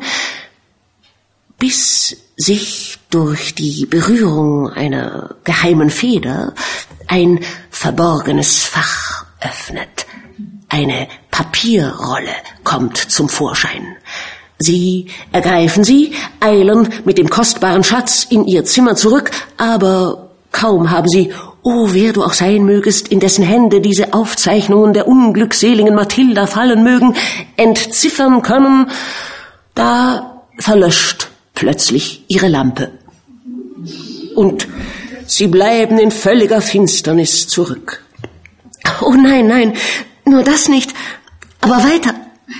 bis sich durch die Berührung einer geheimen Feder ein verborgenes Fach öffnet. Eine Papierrolle kommt zum Vorschein. Sie ergreifen sie, eilen mit dem kostbaren Schatz in ihr Zimmer zurück, aber kaum haben sie, oh, wer du auch sein mögest, in dessen Hände diese Aufzeichnungen der unglückseligen Mathilda fallen mögen, entziffern können, da verlöscht plötzlich ihre Lampe. Und sie bleiben in völliger Finsternis zurück. Oh nein, nein, nur das nicht, aber weiter.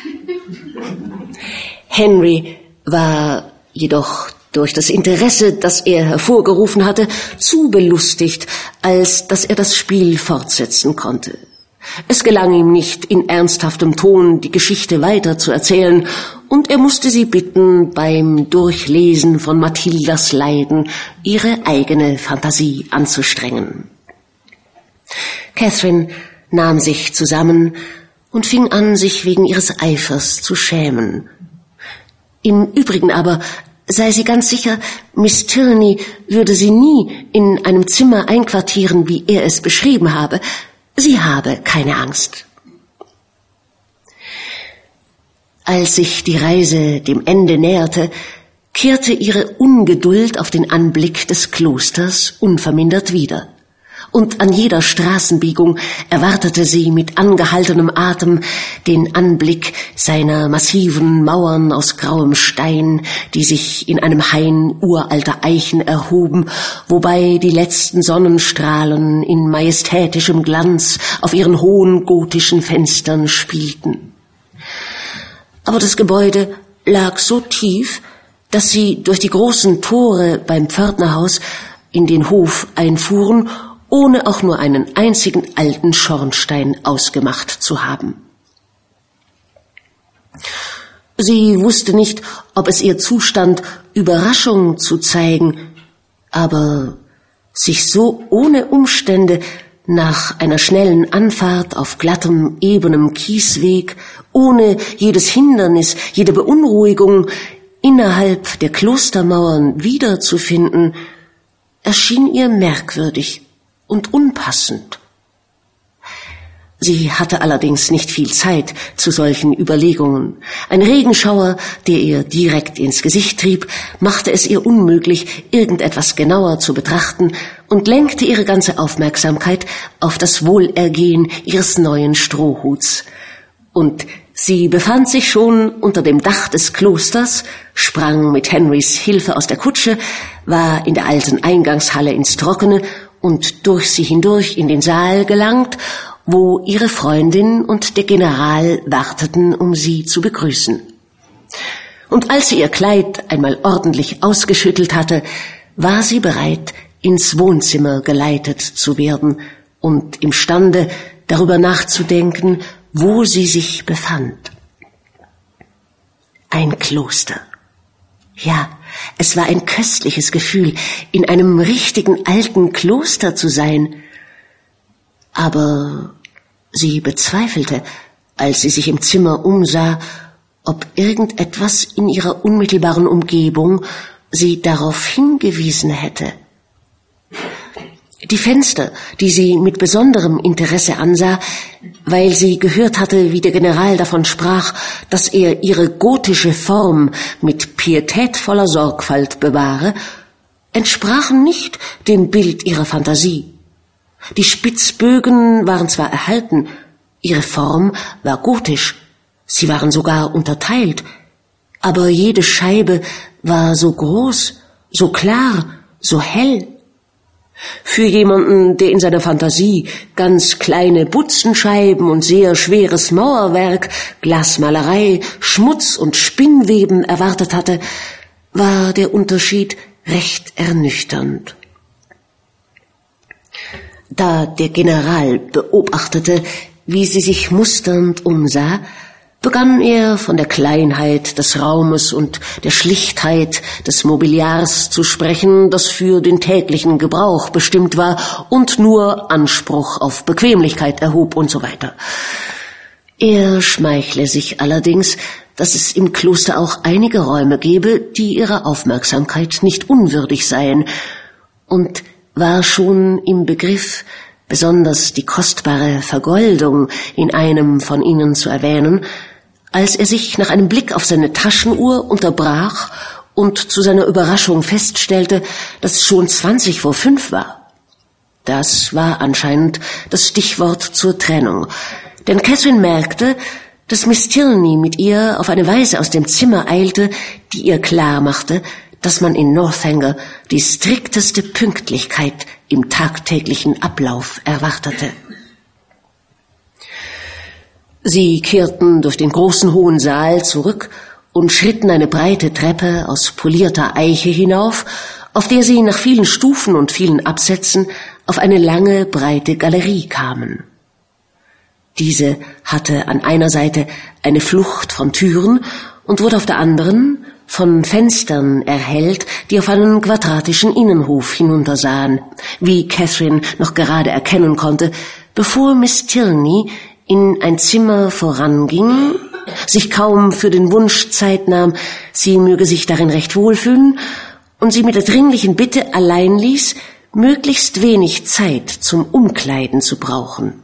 Henry war jedoch durch das Interesse, das er hervorgerufen hatte, zu belustigt, als dass er das Spiel fortsetzen konnte. Es gelang ihm nicht, in ernsthaftem Ton die Geschichte weiter zu erzählen, und er musste sie bitten, beim Durchlesen von Mathildas Leiden ihre eigene Fantasie anzustrengen. Catherine nahm sich zusammen und fing an, sich wegen ihres Eifers zu schämen. Im Übrigen aber sei sie ganz sicher, Miss Tilney würde sie nie in einem Zimmer einquartieren, wie er es beschrieben habe. Sie habe keine Angst. Als sich die Reise dem Ende näherte, kehrte ihre Ungeduld auf den Anblick des Klosters unvermindert wieder. Und an jeder Straßenbiegung erwartete sie mit angehaltenem Atem den Anblick seiner massiven Mauern aus grauem Stein, die sich in einem Hain uralter Eichen erhoben, wobei die letzten Sonnenstrahlen in majestätischem Glanz auf ihren hohen gotischen Fenstern spielten. Aber das Gebäude lag so tief, dass sie durch die großen Tore beim Pförtnerhaus in den Hof einfuhren, ohne auch nur einen einzigen alten Schornstein ausgemacht zu haben. Sie wusste nicht, ob es ihr zustand, Überraschung zu zeigen, aber sich so ohne Umstände nach einer schnellen Anfahrt auf glattem, ebenem Kiesweg, ohne jedes Hindernis, jede Beunruhigung, innerhalb der Klostermauern wiederzufinden, erschien ihr merkwürdig und unpassend. Sie hatte allerdings nicht viel Zeit zu solchen Überlegungen. Ein Regenschauer, der ihr direkt ins Gesicht trieb, machte es ihr unmöglich, irgendetwas genauer zu betrachten und lenkte ihre ganze Aufmerksamkeit auf das Wohlergehen ihres neuen Strohhuts. Und sie befand sich schon unter dem Dach des Klosters, sprang mit Henrys Hilfe aus der Kutsche, war in der alten Eingangshalle ins Trockene und durch sie hindurch in den Saal gelangt, wo ihre Freundin und der General warteten, um sie zu begrüßen. Und als sie ihr Kleid einmal ordentlich ausgeschüttelt hatte, war sie bereit, ins Wohnzimmer geleitet zu werden und imstande, darüber nachzudenken, wo sie sich befand. Ein Kloster. Ja, es war ein köstliches Gefühl, in einem richtigen alten Kloster zu sein. Aber sie bezweifelte, als sie sich im Zimmer umsah, ob irgendetwas in ihrer unmittelbaren Umgebung sie darauf hingewiesen hätte. Die Fenster, die sie mit besonderem Interesse ansah, weil sie gehört hatte, wie der General davon sprach, dass er ihre gotische Form mit pietätvoller Sorgfalt bewahre, entsprachen nicht dem Bild ihrer Fantasie. Die Spitzbögen waren zwar erhalten, ihre Form war gotisch, sie waren sogar unterteilt, aber jede Scheibe war so groß, so klar, so hell. Für jemanden, der in seiner Fantasie ganz kleine Butzenscheiben und sehr schweres Mauerwerk, Glasmalerei, Schmutz und Spinnweben erwartet hatte, war der Unterschied recht ernüchternd. Da der General beobachtete, wie sie sich musternd umsah, begann er von der Kleinheit des Raumes und der Schlichtheit des Mobiliars zu sprechen, das für den täglichen Gebrauch bestimmt war und nur Anspruch auf Bequemlichkeit erhob und so weiter. Er schmeichle sich allerdings, dass es im Kloster auch einige Räume gebe, die ihrer Aufmerksamkeit nicht unwürdig seien, und war schon im Begriff, besonders die kostbare Vergoldung in einem von ihnen zu erwähnen, als er sich nach einem Blick auf seine Taschenuhr unterbrach und zu seiner Überraschung feststellte, dass es schon zwanzig vor fünf war. Das war anscheinend das Stichwort zur Trennung, denn Catherine merkte, dass Miss Tilney mit ihr auf eine Weise aus dem Zimmer eilte, die ihr klar machte, dass man in Northanger die strikteste Pünktlichkeit im tagtäglichen Ablauf erwartete. Sie kehrten durch den großen hohen Saal zurück und schritten eine breite Treppe aus polierter Eiche hinauf, auf der sie nach vielen Stufen und vielen Absätzen auf eine lange, breite Galerie kamen. Diese hatte an einer Seite eine Flucht von Türen und wurde auf der anderen von Fenstern erhellt, die auf einen quadratischen Innenhof hinuntersahen, wie Catherine noch gerade erkennen konnte, bevor Miss Tilney in ein Zimmer voranging, sich kaum für den Wunsch Zeit nahm, sie möge sich darin recht wohlfühlen, und sie mit der dringlichen Bitte allein ließ, möglichst wenig Zeit zum Umkleiden zu brauchen.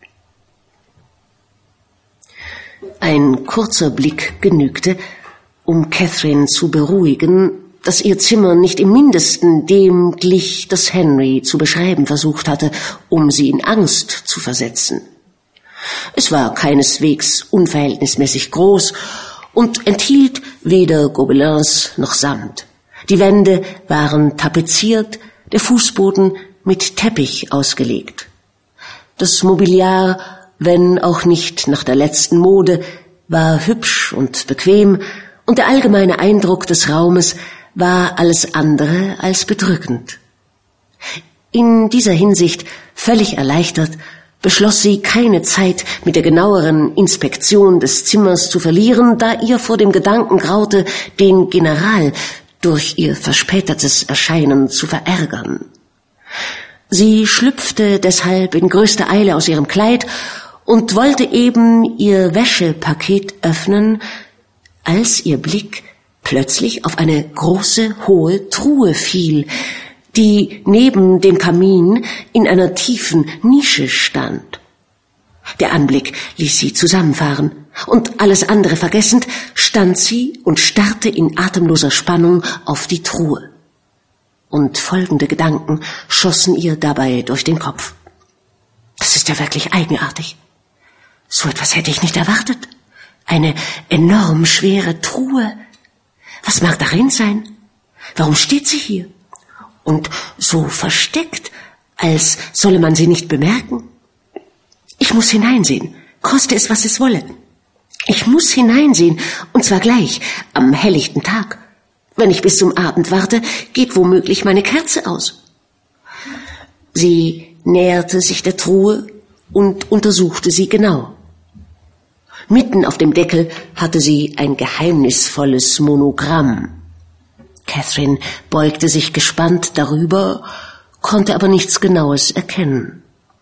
Ein kurzer Blick genügte, um Catherine zu beruhigen, dass ihr Zimmer nicht im Mindesten dem glich, das Henry zu beschreiben versucht hatte, um sie in Angst zu versetzen. Es war keineswegs unverhältnismäßig groß und enthielt weder Gobelins noch Samt. Die Wände waren tapeziert, der Fußboden mit Teppich ausgelegt. Das Mobiliar, wenn auch nicht nach der letzten Mode, war hübsch und bequem, und der allgemeine Eindruck des Raumes war alles andere als bedrückend. In dieser Hinsicht völlig erleichtert, beschloss sie, keine Zeit mit der genaueren Inspektion des Zimmers zu verlieren, da ihr vor dem Gedanken graute, den General durch ihr verspätetes Erscheinen zu verärgern. Sie schlüpfte deshalb in größter Eile aus ihrem Kleid und wollte eben ihr Wäschepaket öffnen, als ihr Blick plötzlich auf eine große, hohe Truhe fiel, die neben dem Kamin in einer tiefen Nische stand. Der Anblick ließ sie zusammenfahren, und alles andere vergessend, stand sie und starrte in atemloser Spannung auf die Truhe. Und folgende Gedanken schossen ihr dabei durch den Kopf. Das ist ja wirklich eigenartig. So etwas hätte ich nicht erwartet. Eine enorm schwere Truhe. Was mag darin sein? Warum steht sie hier? Und so versteckt, als solle man sie nicht bemerken. Ich muss hineinsehen, koste es, was es wolle. Ich muss hineinsehen, und zwar gleich, am helllichten Tag. Wenn ich bis zum Abend warte, geht womöglich meine Kerze aus. Sie näherte sich der Truhe und untersuchte sie genau. Mitten auf dem Deckel hatte sie ein geheimnisvolles Monogramm. Catherine beugte sich gespannt darüber, konnte aber nichts Genaues erkennen.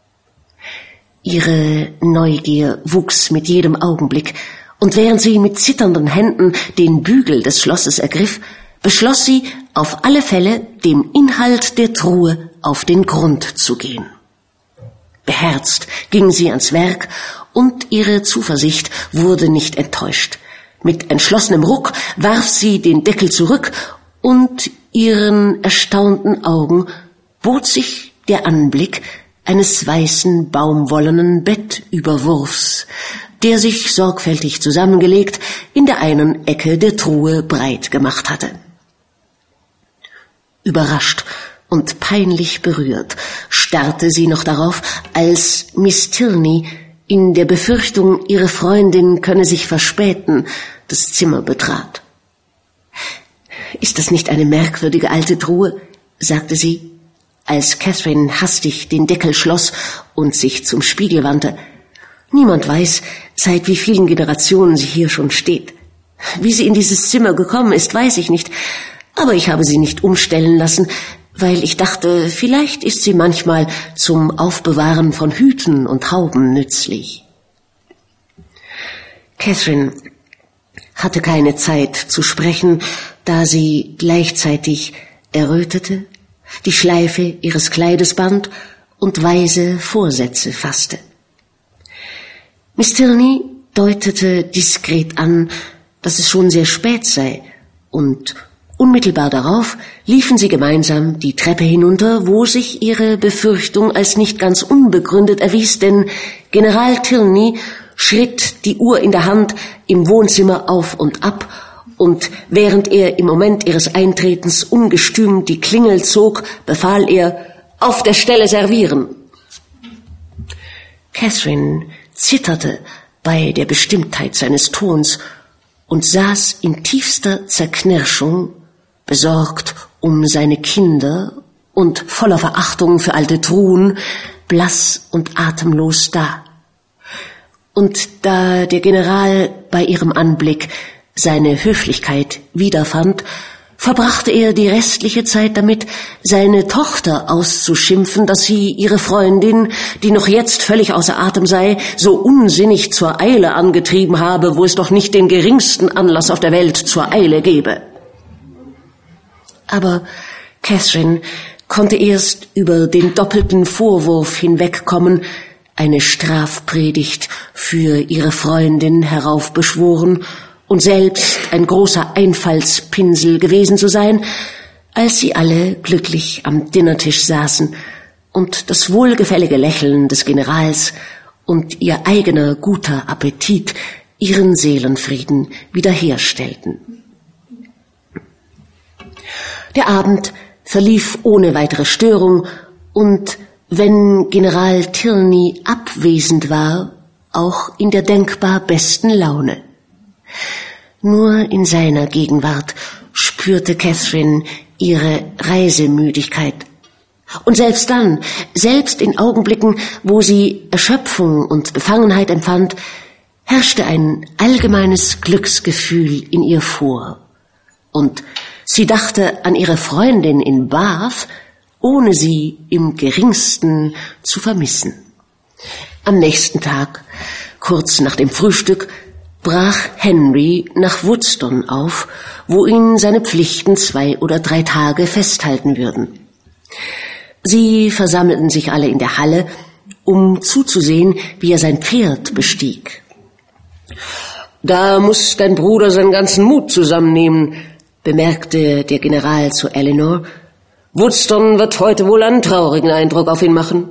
Ihre Neugier wuchs mit jedem Augenblick, und während sie mit zitternden Händen den Bügel des Schlosses ergriff, beschloss sie, auf alle Fälle dem Inhalt der Truhe auf den Grund zu gehen. Beherzt ging sie ans Werk, und ihre Zuversicht wurde nicht enttäuscht. Mit entschlossenem Ruck warf sie den Deckel zurück, und ihren erstaunten Augen bot sich der Anblick eines weißen baumwollenen Bettüberwurfs, der sich sorgfältig zusammengelegt in der einen Ecke der Truhe breit gemacht hatte. Überrascht und peinlich berührt starrte sie noch darauf, als Miss Tilney in der Befürchtung, ihre Freundin könne sich verspäten, das Zimmer betrat. »Ist das nicht eine merkwürdige alte Truhe?« sagte sie, als Catherine hastig den Deckel schloss und sich zum Spiegel wandte. Niemand weiß, seit wie vielen Generationen sie hier schon steht. Wie sie in dieses Zimmer gekommen ist, weiß ich nicht, aber ich habe sie nicht umstellen lassen, weil ich dachte, vielleicht ist sie manchmal zum Aufbewahren von Hüten und Hauben nützlich. Catherine hatte keine Zeit zu sprechen, da sie gleichzeitig errötete, die Schleife ihres Kleides band und weise Vorsätze fasste. Miss Tilney deutete diskret an, dass es schon sehr spät sei, und unmittelbar darauf liefen sie gemeinsam die Treppe hinunter, wo sich ihre Befürchtung als nicht ganz unbegründet erwies, denn General Tilney schritt, die Uhr in der Hand, im Wohnzimmer auf und ab, und während er im Moment ihres Eintretens ungestüm die Klingel zog, befahl er, auf der Stelle servieren. Catherine zitterte bei der Bestimmtheit seines Tons und saß in tiefster Zerknirschung, besorgt um seine Kinder und voller Verachtung für alte Truhen, blass und atemlos da. Und da der General bei ihrem Anblick seine Höflichkeit wiederfand, verbrachte er die restliche Zeit damit, seine Tochter auszuschimpfen, dass sie ihre Freundin, die noch jetzt völlig außer Atem sei, so unsinnig zur Eile angetrieben habe, wo es doch nicht den geringsten Anlass auf der Welt zur Eile gebe. Aber Catherine konnte erst über den doppelten Vorwurf hinwegkommen, eine Strafpredigt für ihre Freundin heraufbeschworen und selbst ein großer Einfallspinsel gewesen zu sein, als sie alle glücklich am Dinnertisch saßen und das wohlgefällige Lächeln des Generals und ihr eigener guter Appetit ihren Seelenfrieden wiederherstellten. Der Abend verlief ohne weitere Störung und, wenn General Tilney abwesend war, auch in der denkbar besten Laune. Nur in seiner Gegenwart spürte Catherine ihre Reisemüdigkeit. Und selbst dann, selbst in Augenblicken, wo sie Erschöpfung und Befangenheit empfand, herrschte ein allgemeines Glücksgefühl in ihr vor. Und sie dachte an ihre Freundin in Bath, ohne sie im geringsten zu vermissen. Am nächsten Tag, kurz nach dem Frühstück, brach Henry nach Woodston auf, wo ihn seine Pflichten zwei oder drei Tage festhalten würden. Sie versammelten sich alle in der Halle, um zuzusehen, wie er sein Pferd bestieg. »Da muss dein Bruder seinen ganzen Mut zusammennehmen«, bemerkte der General zu Eleanor. »Woodston wird heute wohl einen traurigen Eindruck auf ihn machen.«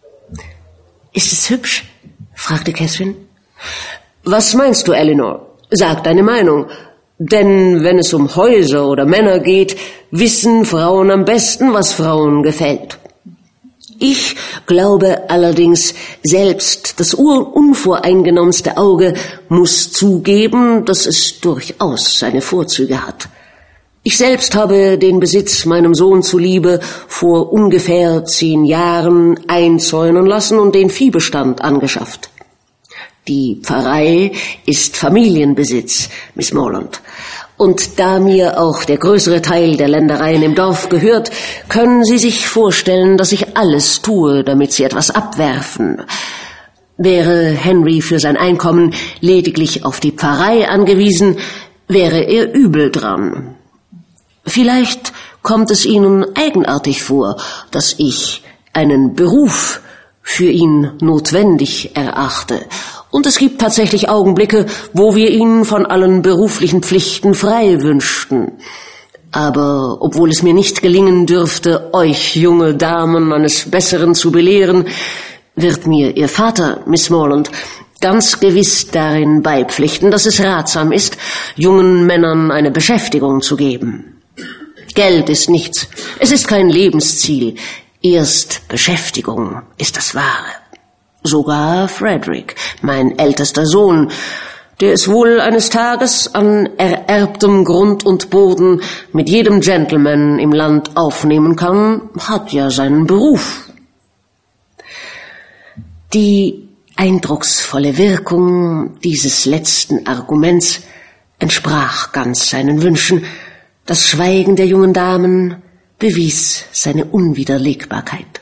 »Ist es hübsch?« fragte Catherine. »Was meinst du, Eleanor? Sag deine Meinung. Denn wenn es um Häuser oder Männer geht, wissen Frauen am besten, was Frauen gefällt. Ich glaube allerdings, selbst das unvoreingenommenste Auge muss zugeben, dass es durchaus seine Vorzüge hat. Ich selbst habe den Besitz meinem Sohn zuliebe vor ungefähr zehn Jahren einzäunen lassen und den Viehbestand angeschafft. Die Pfarrei ist Familienbesitz, Miss Morland. Und da mir auch der größere Teil der Ländereien im Dorf gehört, können Sie sich vorstellen, dass ich alles tue, damit Sie etwas abwerfen. Wäre Henry für sein Einkommen lediglich auf die Pfarrei angewiesen, wäre er übel dran. Vielleicht kommt es Ihnen eigenartig vor, dass ich einen Beruf für ihn notwendig erachte. Und es gibt tatsächlich Augenblicke, wo wir ihn von allen beruflichen Pflichten frei wünschten. Aber obwohl es mir nicht gelingen dürfte, euch junge Damen eines Besseren zu belehren, wird mir Ihr Vater, Miss Morland, ganz gewiss darin beipflichten, dass es ratsam ist, jungen Männern eine Beschäftigung zu geben. Geld ist nichts, es ist kein Lebensziel, erst Beschäftigung ist das Wahre. Sogar Frederick, mein ältester Sohn, der es wohl eines Tages an ererbtem Grund und Boden mit jedem Gentleman im Land aufnehmen kann, hat ja seinen Beruf. Die eindrucksvolle Wirkung dieses letzten Arguments entsprach ganz seinen Wünschen. Das Schweigen der jungen Damen bewies seine Unwiderlegbarkeit.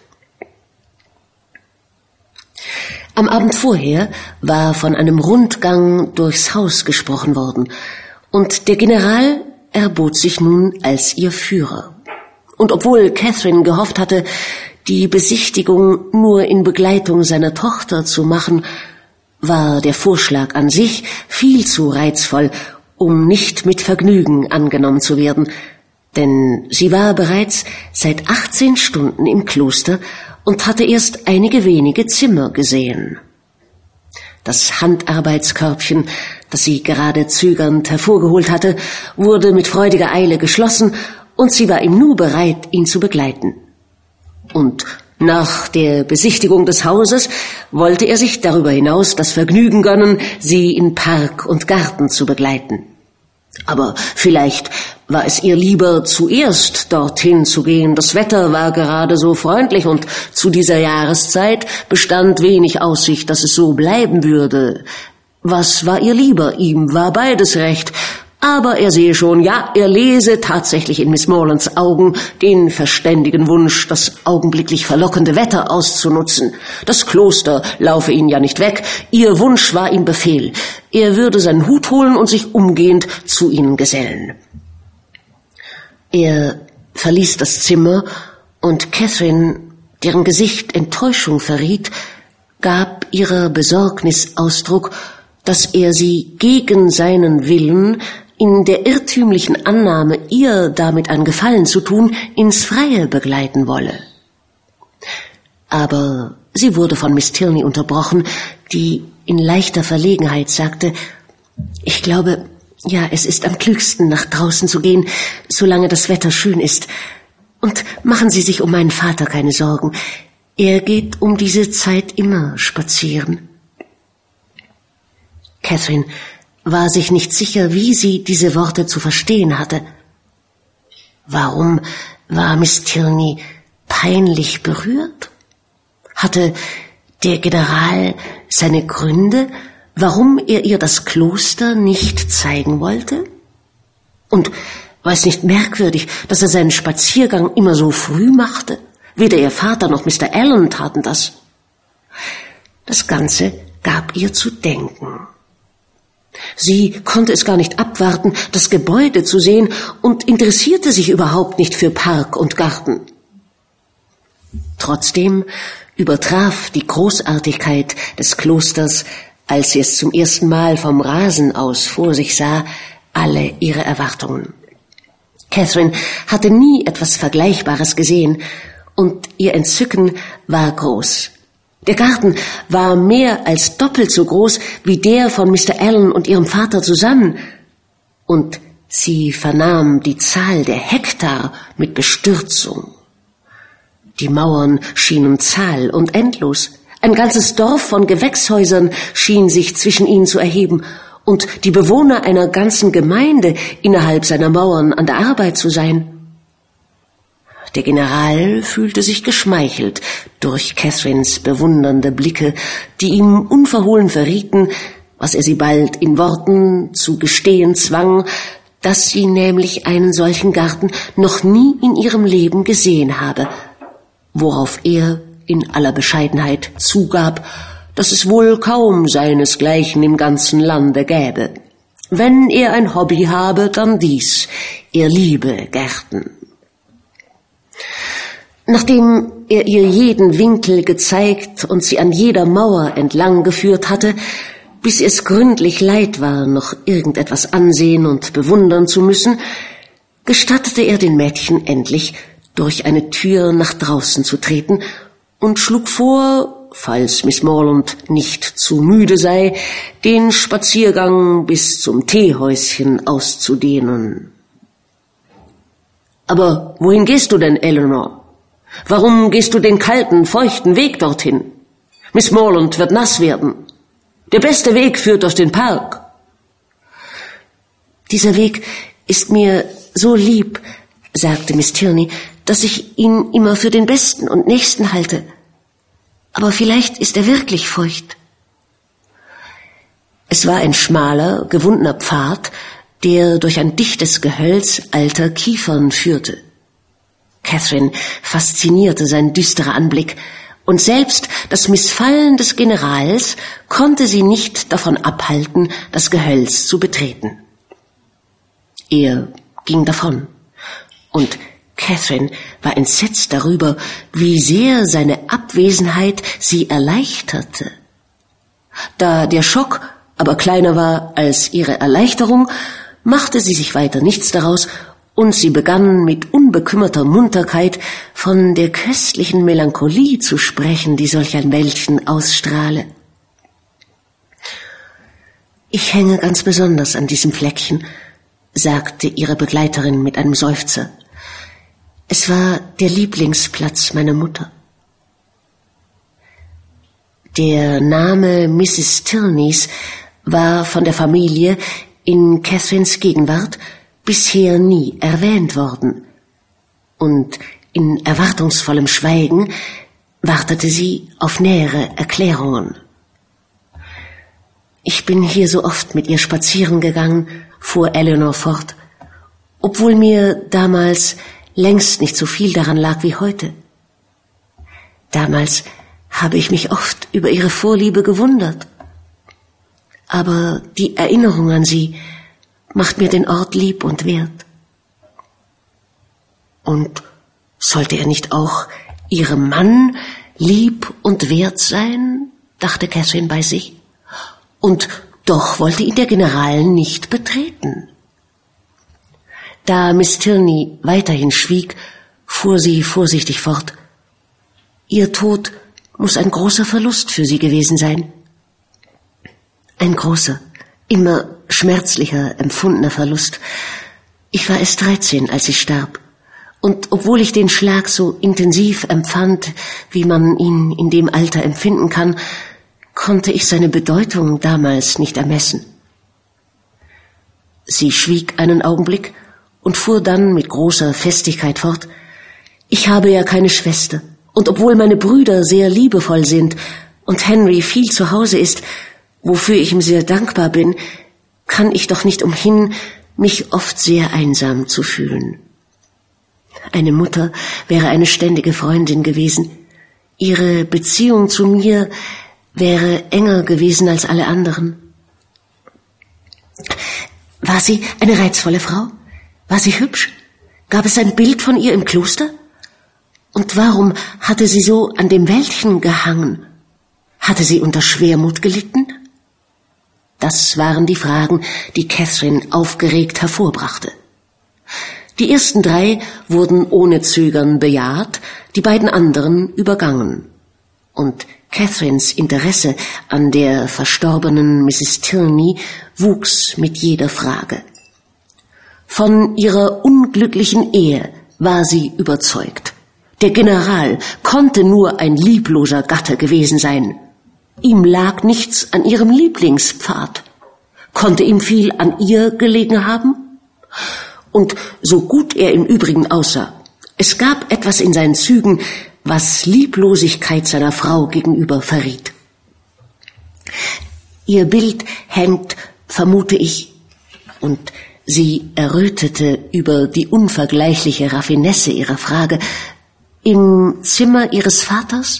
Am Abend vorher war von einem Rundgang durchs Haus gesprochen worden, und der General erbot sich nun als ihr Führer. Und obwohl Catherine gehofft hatte, die Besichtigung nur in Begleitung seiner Tochter zu machen, war der Vorschlag an sich viel zu reizvoll, um nicht mit Vergnügen angenommen zu werden, denn sie war bereits seit achtzehn Stunden im Kloster und hatte erst einige wenige Zimmer gesehen. Das Handarbeitskörbchen, das sie gerade zögernd hervorgeholt hatte, wurde mit freudiger Eile geschlossen, und sie war im Nu bereit, ihn zu begleiten. Und nach der Besichtigung des Hauses wollte er sich darüber hinaus das Vergnügen gönnen, sie in Park und Garten zu begleiten. Aber vielleicht war es ihr lieber, zuerst dorthin zu gehen. Das Wetter war gerade so freundlich, und zu dieser Jahreszeit bestand wenig Aussicht, dass es so bleiben würde. Was war ihr lieber? Ihm war beides recht. Aber er sehe schon, ja, er lese tatsächlich in Miss Morlands Augen den verständigen Wunsch, das augenblicklich verlockende Wetter auszunutzen. Das Kloster laufe ihn ja nicht weg. Ihr Wunsch war ihm Befehl. Er würde seinen Hut holen und sich umgehend zu ihnen gesellen. Er verließ das Zimmer, und Catherine, deren Gesicht Enttäuschung verriet, gab ihrer Besorgnis Ausdruck, dass er sie gegen seinen Willen in der irrtümlichen Annahme, ihr damit einen Gefallen zu tun, ins Freie begleiten wolle. Aber sie wurde von Miss Tilney unterbrochen, die in leichter Verlegenheit sagte, »Ich glaube, ja, es ist am klügsten, nach draußen zu gehen, solange das Wetter schön ist. Und machen Sie sich um meinen Vater keine Sorgen. Er geht um diese Zeit immer spazieren.« Catherine war sich nicht sicher, wie sie diese Worte zu verstehen hatte. Warum war Miss Tilney peinlich berührt? Hatte der General seine Gründe, warum er ihr das Kloster nicht zeigen wollte? Und war es nicht merkwürdig, dass er seinen Spaziergang immer so früh machte? Weder ihr Vater noch Mister Allen taten das. Das Ganze gab ihr zu denken. Sie konnte es gar nicht abwarten, das Gebäude zu sehen, und interessierte sich überhaupt nicht für Park und Garten. Trotzdem übertraf die Großartigkeit des Klosters, als sie es zum ersten Mal vom Rasen aus vor sich sah, alle ihre Erwartungen. Catherine hatte nie etwas Vergleichbares gesehen, und ihr Entzücken war groß. Der Garten war mehr als doppelt so groß wie der von Mister Allen und ihrem Vater zusammen, und sie vernahm die Zahl der Hektar mit Bestürzung. Die Mauern schienen zahl- und endlos. Ein ganzes Dorf von Gewächshäusern schien sich zwischen ihnen zu erheben, und die Bewohner einer ganzen Gemeinde innerhalb seiner Mauern an der Arbeit zu sein. Der General fühlte sich geschmeichelt durch Catherines bewundernde Blicke, die ihm unverhohlen verrieten, was er sie bald in Worten zu gestehen zwang, dass sie nämlich einen solchen Garten noch nie in ihrem Leben gesehen habe, worauf er in aller Bescheidenheit zugab, dass es wohl kaum seinesgleichen im ganzen Lande gäbe. Wenn er ein Hobby habe, dann dies, er liebe Gärten. Nachdem er ihr jeden Winkel gezeigt und sie an jeder Mauer entlang geführt hatte, bis es gründlich leid war, noch irgendetwas ansehen und bewundern zu müssen, gestattete er den Mädchen endlich, durch eine Tür nach draußen zu treten, und schlug vor, falls Miss Morland nicht zu müde sei, den Spaziergang bis zum Teehäuschen auszudehnen. »Aber wohin gehst du denn, Eleanor? Warum gehst du den kalten, feuchten Weg dorthin? Miss Morland wird nass werden. Der beste Weg führt durch den Park.« »Dieser Weg ist mir so lieb«, sagte Miss Tilney, »dass ich ihn immer für den besten und nächsten halte. Aber vielleicht ist er wirklich feucht. Es war ein schmaler, gewundener Pfad, der durch ein dichtes Gehölz alter Kiefern führte. Catherine faszinierte sein düsterer Anblick, und selbst das Missfallen des Generals konnte sie nicht davon abhalten, das Gehölz zu betreten. Er ging davon, und Catherine war entsetzt darüber, wie sehr seine Abwesenheit sie erleichterte. Da der Schock aber kleiner war als ihre Erleichterung, machte sie sich weiter nichts daraus, und sie begann mit unbekümmerter Munterkeit von der köstlichen Melancholie zu sprechen, die solch ein Mädchen ausstrahle. »Ich hänge ganz besonders an diesem Fleckchen«, sagte ihre Begleiterin mit einem Seufzer. »Es war der Lieblingsplatz meiner Mutter.« Der Name Misses Tilneys war von der Familie in Catherines Gegenwart bisher nie erwähnt worden, und in erwartungsvollem Schweigen wartete sie auf nähere Erklärungen. »Ich bin hier so oft mit ihr spazieren gegangen«, fuhr Eleanor fort, »obwohl mir damals längst nicht so viel daran lag wie heute. Damals habe ich mich oft über ihre Vorliebe gewundert, aber die Erinnerung an sie macht mir den Ort lieb und wert.« Und sollte er nicht auch ihrem Mann lieb und wert sein, dachte Catherine bei sich, und doch wollte ihn der General nicht betreten. Da Miss Tilney weiterhin schwieg, fuhr sie vorsichtig fort. »Ihr Tod muss ein großer Verlust für Sie gewesen sein.« »Ein großer, immer schmerzlicher empfundener Verlust. Ich war erst dreizehn, als sie starb. Und obwohl ich den Schlag so intensiv empfand, wie man ihn in dem Alter empfinden kann, konnte ich seine Bedeutung damals nicht ermessen.« Sie schwieg einen Augenblick und fuhr dann mit großer Festigkeit fort. »Ich habe ja keine Schwester, und obwohl meine Brüder sehr liebevoll sind und Henry viel zu Hause ist, wofür ich ihm sehr dankbar bin, kann ich doch nicht umhin, mich oft sehr einsam zu fühlen. Eine Mutter wäre eine ständige Freundin gewesen. Ihre Beziehung zu mir wäre enger gewesen als alle anderen. War sie eine reizvolle Frau? War sie hübsch? Gab es ein Bild von ihr im Kloster? Und warum hatte sie so an dem Wäldchen gehangen? Hatte sie unter Schwermut gelitten? Das waren die Fragen, die Catherine aufgeregt hervorbrachte. Die ersten drei wurden ohne Zögern bejaht, die beiden anderen übergangen. Und Catherines Interesse an der verstorbenen Misses Tilney wuchs mit jeder Frage. Von ihrer unglücklichen Ehe war sie überzeugt. Der General konnte nur ein liebloser Gatte gewesen sein. Ihm lag nichts an ihrem Lieblingspfad. Konnte ihm viel an ihr gelegen haben? Und so gut er im Übrigen aussah, es gab etwas in seinen Zügen, was Lieblosigkeit seiner Frau gegenüber verriet. Ihr Bild hängt, vermute ich, und sie errötete über die unvergleichliche Raffinesse ihrer Frage, im Zimmer ihres Vaters?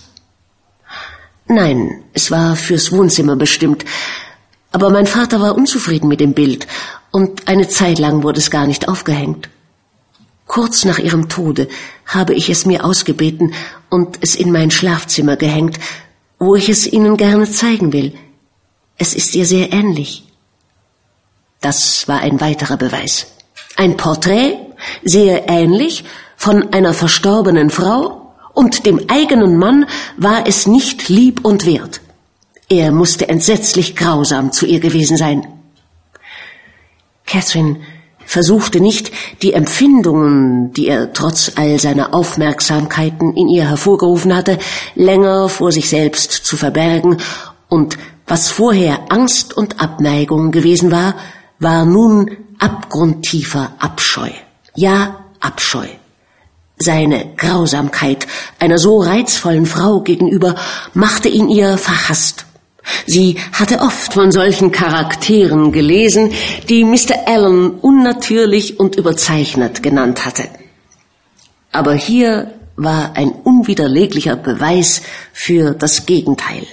Nein, es war fürs Wohnzimmer bestimmt, aber mein Vater war unzufrieden mit dem Bild, und eine Zeit lang wurde es gar nicht aufgehängt. Kurz nach ihrem Tode habe ich es mir ausgebeten und es in mein Schlafzimmer gehängt, wo ich es Ihnen gerne zeigen will. Es ist ihr sehr ähnlich. Das war ein weiterer Beweis. Ein Porträt, sehr ähnlich, von einer verstorbenen Frau, und dem eigenen Mann war es nicht lieb und wert. Er musste entsetzlich grausam zu ihr gewesen sein. Catherine versuchte nicht, die Empfindungen, die er trotz all seiner Aufmerksamkeiten in ihr hervorgerufen hatte, länger vor sich selbst zu verbergen, und was vorher Angst und Abneigung gewesen war, war nun abgrundtiefer Abscheu. Ja, Abscheu. Seine Grausamkeit einer so reizvollen Frau gegenüber machte ihn ihr verhasst, Sie hatte oft von solchen Charakteren gelesen, die Mister Allen unnatürlich und überzeichnet genannt hatte. Aber hier war ein unwiderleglicher Beweis für das Gegenteil.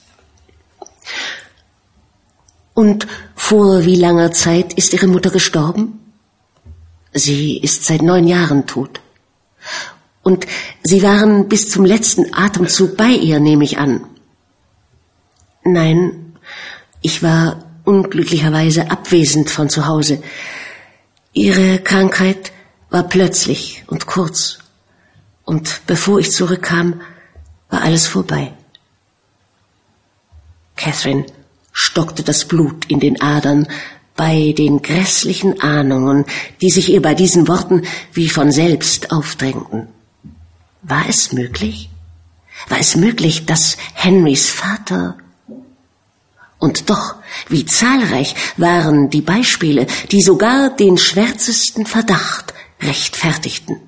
Und vor wie langer Zeit ist Ihre Mutter gestorben? Sie ist seit neun Jahren tot. Und Sie waren bis zum letzten Atemzug bei ihr, nehme ich an. Nein, ich war unglücklicherweise abwesend von zu Hause. Ihre Krankheit war plötzlich und kurz. Und bevor ich zurückkam, war alles vorbei. Catherine stockte das Blut in den Adern bei den grässlichen Ahnungen, die sich ihr bei diesen Worten wie von selbst aufdrängten. War es möglich? War es möglich, dass Henrys Vater... Und doch, wie zahlreich waren die Beispiele, die sogar den schwärzesten Verdacht rechtfertigten.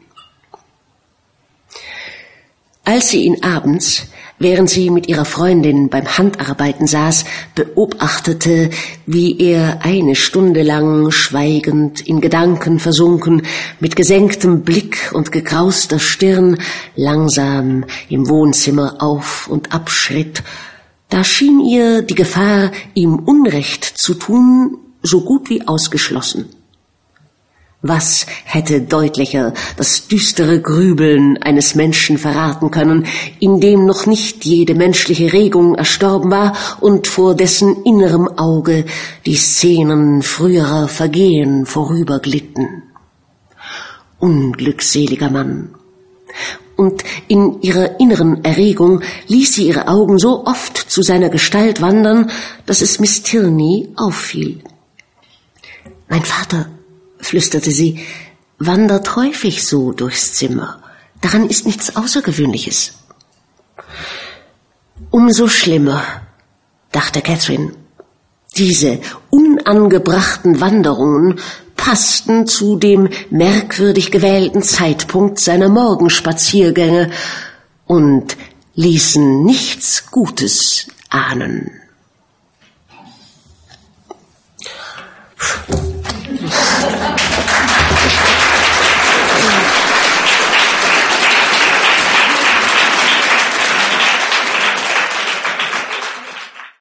Als sie ihn abends, während sie mit ihrer Freundin beim Handarbeiten saß, beobachtete, wie er eine Stunde lang schweigend, in Gedanken versunken, mit gesenktem Blick und gekrauster Stirn langsam im Wohnzimmer auf und ab schritt, da schien ihr die Gefahr, ihm Unrecht zu tun, so gut wie ausgeschlossen. Was hätte deutlicher das düstere Grübeln eines Menschen verraten können, in dem noch nicht jede menschliche Regung erstorben war und vor dessen innerem Auge die Szenen früherer Vergehen vorüberglitten? Unglückseliger Mann! Und in ihrer inneren Erregung ließ sie ihre Augen so oft zu seiner Gestalt wandern, dass es Miss Tilney auffiel. »Mein Vater«, flüsterte sie, »wandert häufig so durchs Zimmer. Daran ist nichts Außergewöhnliches.« »Umso schlimmer«, dachte Catherine. Diese unangebrachten Wanderungen passten zu dem merkwürdig gewählten Zeitpunkt seiner Morgenspaziergänge und ließen nichts Gutes ahnen.